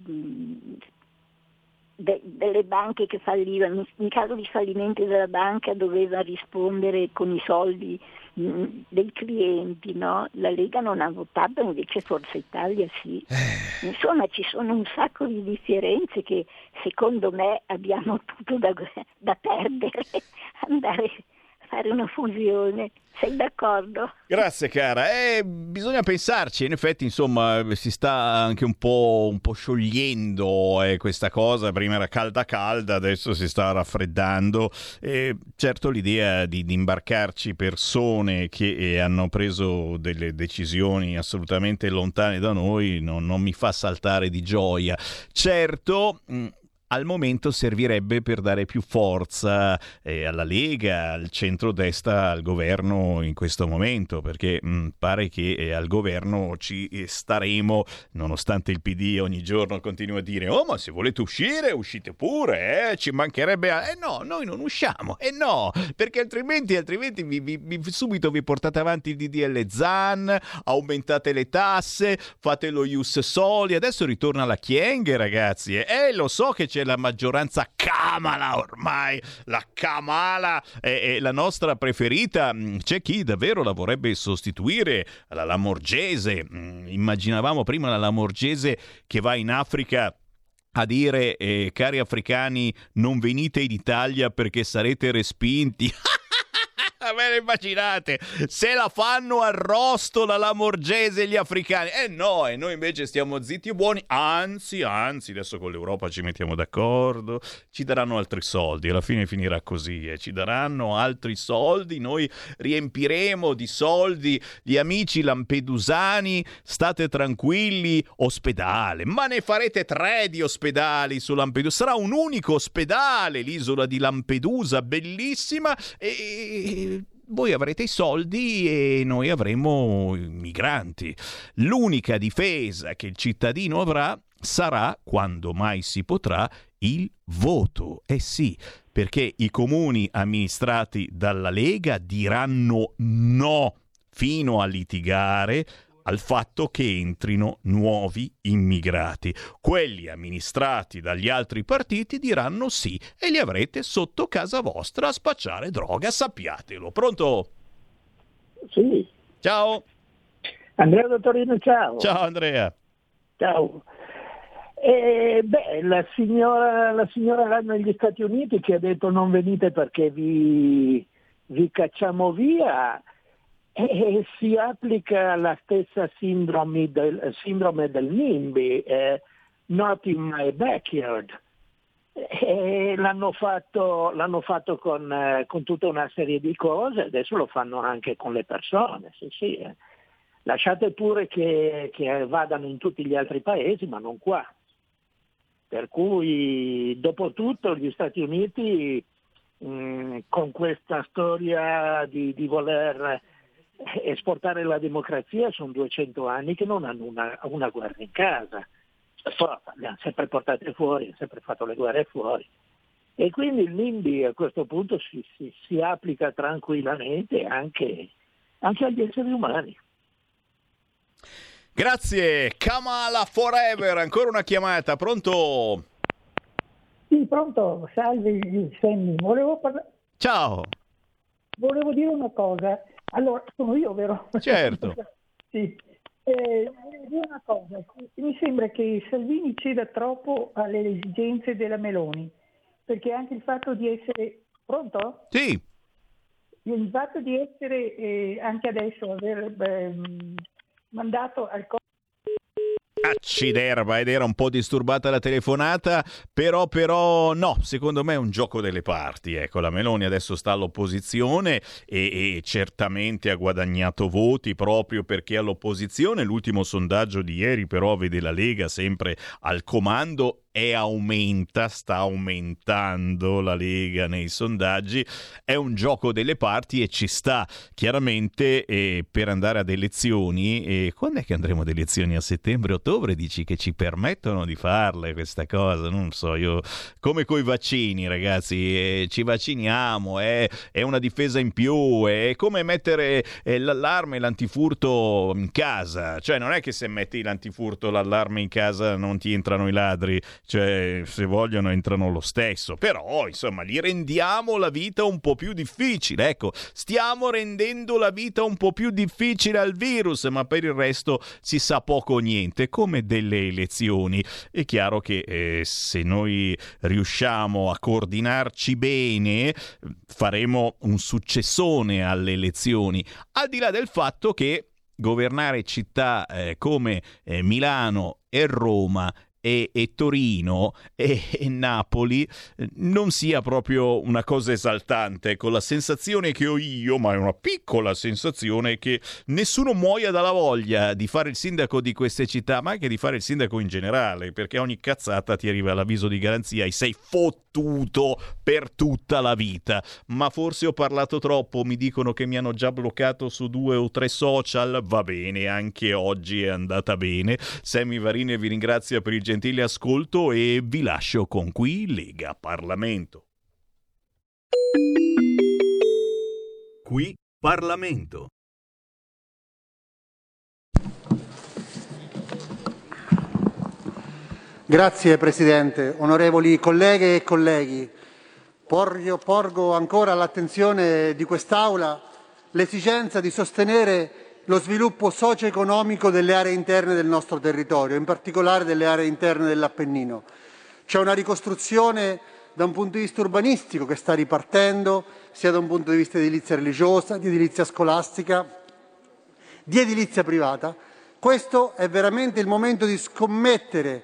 de, delle banche che fallivano, in caso di fallimento della banca doveva rispondere con i soldi mh, dei clienti, no? La Lega non ha votato, invece Forza Italia sì. Insomma, ci sono un sacco di differenze che secondo me abbiamo tutto da, da perdere, andare fare una fusione. Sei d'accordo? Grazie cara, eh, bisogna pensarci, in effetti insomma si sta anche un po', un po' sciogliendo eh, questa cosa, prima era calda calda, adesso si sta raffreddando, e certo l'idea di, di imbarcarci persone che eh, hanno preso delle decisioni assolutamente lontane da noi non, non mi fa saltare di gioia. Certo, mh, al momento servirebbe per dare più forza eh, alla Lega, al centrodestra, al governo in questo momento, perché mh, pare che eh, al governo ci staremo, nonostante il P D ogni giorno continua a dire oh ma se volete uscire uscite pure, eh, ci mancherebbe a... eh no, noi non usciamo, eh no, perché altrimenti, altrimenti vi, vi, vi, subito vi portate avanti il D D L Zan, aumentate le tasse, fate lo ius soli, adesso ritorna la Kyenge ragazzi, e eh, lo so che c'è la maggioranza Kamala ormai, la Kamala è, è la nostra preferita, c'è chi davvero la vorrebbe sostituire, la Lamorgese, immaginavamo prima la Lamorgese che va in Africa a dire eh, cari africani non venite in Italia perché sarete respinti. Ve lo immaginate? Se la fanno arrosto la Lamorgese e gli africani. Eh no, e noi invece stiamo zitti e buoni. Anzi, anzi, adesso con l'Europa ci mettiamo d'accordo. Ci daranno altri soldi. Alla fine finirà così. Eh. Ci daranno altri soldi. Noi riempiremo di soldi gli amici lampedusani. State tranquilli. Ospedale. Ma ne farete tre di ospedali su Lampedusa. Sarà un unico ospedale, l'isola di Lampedusa, bellissima. E... voi avrete i soldi e noi avremo i migranti. L'unica difesa che il cittadino avrà sarà, quando mai si potrà, il voto. Eh sì, perché i comuni amministrati dalla Lega diranno no fino a litigare al fatto che entrino nuovi immigrati. Quelli amministrati dagli altri partiti diranno sì e li avrete sotto casa vostra a spacciare droga, sappiatelo. Pronto? Sì. Ciao. Andrea da Torino, ciao. Ciao Andrea. Ciao. Eh, beh, la signora, la signora negli Stati Uniti che ha detto non venite perché vi, vi cacciamo via, e si applica la stessa sindrome del, sindrome del NIMBY, eh, not in my backyard. E l'hanno fatto, l'hanno fatto con, eh, con tutta una serie di cose, adesso lo fanno anche con le persone. Sì, sì, eh. Lasciate pure che, che vadano in tutti gli altri paesi, ma non qua. Per cui, dopo tutto, gli Stati Uniti, mh, con questa storia di, di voler esportare la democrazia, sono duecento anni che non hanno una, una guerra in casa. Le hanno sempre portate fuori, hanno sempre fatto le guerre fuori. E quindi il NIMBY a questo punto si, si, si applica tranquillamente anche, anche agli esseri umani. Grazie, Kamala Forever, ancora una chiamata, pronto? Sì, pronto, salve Sammy, volevo parlare... Ciao. Volevo dire una cosa. Allora, sono io, vero? Certo. Sì. Eh, volevo dire una cosa. Mi sembra che Salvini ceda troppo alle esigenze della Meloni, perché anche il fatto di essere... Pronto? Sì. Il fatto di essere, eh, anche adesso, aver eh, mandato al... Acciderba, ed era un po' disturbata la telefonata, però però no, secondo me è un gioco delle parti. Ecco, la Meloni adesso sta all'opposizione e, e certamente ha guadagnato voti proprio perché all'opposizione. L'ultimo sondaggio di ieri però vede la Lega sempre al comando e aumenta, sta aumentando la Lega nei sondaggi. È un gioco delle parti e ci sta chiaramente eh, per andare ad elezioni. E quando è che andremo ad elezioni? A settembre, ottobre? Dici che ci permettono di farle questa cosa? Non so, io come coi vaccini, ragazzi, eh, ci vacciniamo, eh, è una difesa in più, è come mettere eh, l'allarme e l'antifurto in casa. Cioè non è che se metti l'antifurto, l'allarme in casa non ti entrano i ladri. cioè se vogliono entrano lo stesso, però insomma gli rendiamo la vita un po' più difficile, ecco, stiamo rendendo la vita un po' più difficile al virus, ma per il resto si sa poco o niente, come delle elezioni. È chiaro che eh, se noi riusciamo a coordinarci bene faremo un successone alle elezioni, al di là del fatto che governare città eh, come eh, Milano e Roma e, e Torino e, e Napoli eh, non sia proprio una cosa esaltante. Con la sensazione che ho io, ma è una piccola sensazione, che nessuno muoia dalla voglia di fare il sindaco di queste città, ma anche di fare il sindaco in generale, perché ogni cazzata ti arriva l'avviso di garanzia e sei fottuto per tutta la vita. Ma forse ho parlato troppo, mi dicono che mi hanno già bloccato su due o tre social, va bene, anche oggi è andata bene. Sammy Varini vi ringrazia per il gentile ascolto e vi lascio con Qui Lega Parlamento. Qui Parlamento. Grazie Presidente, onorevoli colleghe e colleghi. Porgo, porgo ancora all'attenzione di quest'Aula l'esigenza di sostenere lo sviluppo socio-economico delle aree interne del nostro territorio, in particolare delle aree interne dell'Appennino. C'è una ricostruzione da un punto di vista urbanistico che sta ripartendo, sia da un punto di vista di edilizia religiosa, di edilizia scolastica, di edilizia privata. Questo è veramente il momento di scommettere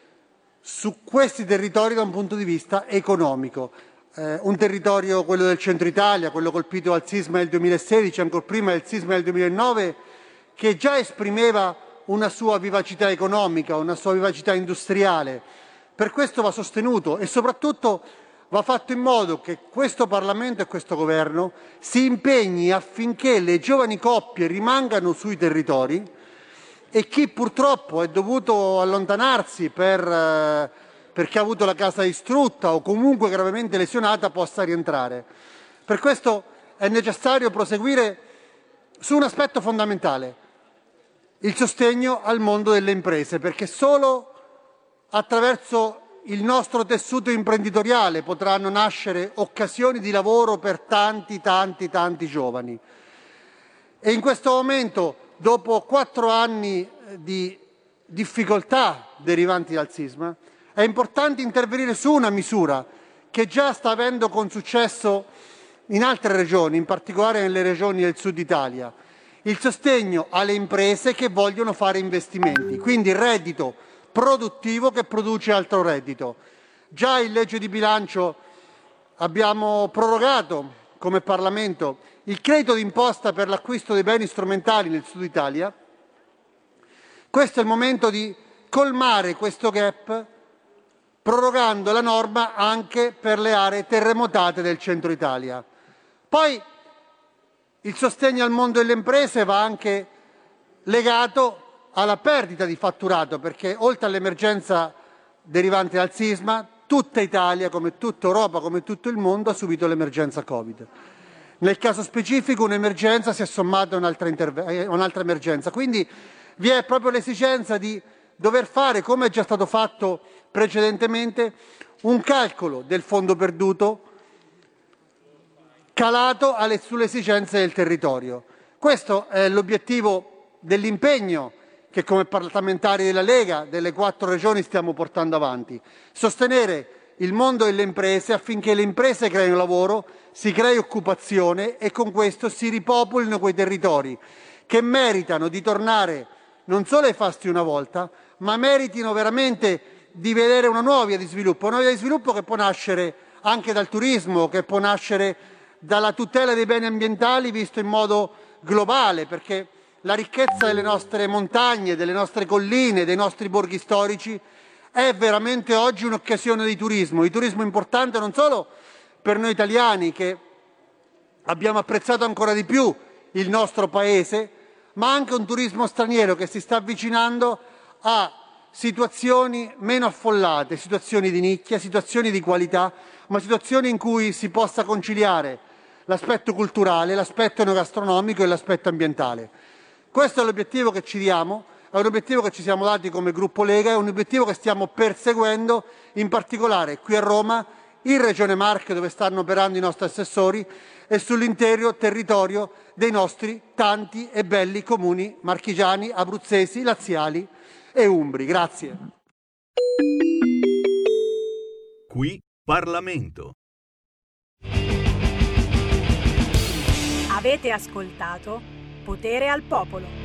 su questi territori da un punto di vista economico. Eh, un territorio, quello del centro Italia, quello colpito dal sisma del duemilasedici, ancora prima del sisma del duemilanove, che già esprimeva una sua vivacità economica, una sua vivacità industriale. Per questo va sostenuto e soprattutto va fatto in modo che questo Parlamento e questo Governo si impegni affinché le giovani coppie rimangano sui territori e chi purtroppo è dovuto allontanarsi per... Eh, perché ha avuto la casa distrutta o comunque gravemente lesionata possa rientrare. Per questo è necessario proseguire su un aspetto fondamentale, il sostegno al mondo delle imprese, perché solo attraverso il nostro tessuto imprenditoriale potranno nascere occasioni di lavoro per tanti, tanti, tanti giovani. E in questo momento, dopo quattro anni di difficoltà derivanti dal sisma, è importante intervenire su una misura che già sta avendo con successo in altre regioni, in particolare nelle regioni del Sud Italia, il sostegno alle imprese che vogliono fare investimenti, quindi il reddito produttivo che produce altro reddito. Già in legge di bilancio abbiamo prorogato come Parlamento il credito d'imposta per l'acquisto dei beni strumentali nel Sud Italia. Questo è il momento di colmare questo gap prorogando la norma anche per le aree terremotate del centro Italia. Poi il sostegno al mondo delle imprese va anche legato alla perdita di fatturato, perché oltre all'emergenza derivante dal sisma, tutta Italia, come tutta Europa, come tutto il mondo, ha subito l'emergenza Covid. Nel caso specifico un'emergenza si è sommata a un'altra, interve- un'altra emergenza, quindi vi è proprio l'esigenza di dover fare, come è già stato fatto precedentemente, un calcolo del fondo perduto calato alle, sulle esigenze del territorio. Questo è l'obiettivo dell'impegno che come parlamentari della Lega, delle quattro regioni, stiamo portando avanti. Sostenere il mondo delle imprese affinché le imprese creino lavoro, si crei occupazione e con questo si ripopolino quei territori che meritano di tornare non solo ai fasti una volta, ma meritino veramente di vedere una nuova via di sviluppo, una via di sviluppo che può nascere anche dal turismo, che può nascere dalla tutela dei beni ambientali visto in modo globale, perché la ricchezza delle nostre montagne, delle nostre colline, dei nostri borghi storici è veramente oggi un'occasione di turismo, di turismo importante non solo per noi italiani che abbiamo apprezzato ancora di più il nostro paese, ma anche un turismo straniero che si sta avvicinando a situazioni meno affollate, situazioni di nicchia, situazioni di qualità, ma situazioni in cui si possa conciliare l'aspetto culturale, l'aspetto enogastronomico e l'aspetto ambientale. Questo è l'obiettivo che ci diamo, è un obiettivo che ci siamo dati come gruppo Lega, è un obiettivo che stiamo perseguendo in particolare qui a Roma, in Regione Marche dove stanno operando i nostri assessori e sull'intero territorio dei nostri tanti e belli comuni marchigiani, abruzzesi, laziali e umbri. Grazie. Qui Parlamento. Avete ascoltato Potere al Popolo.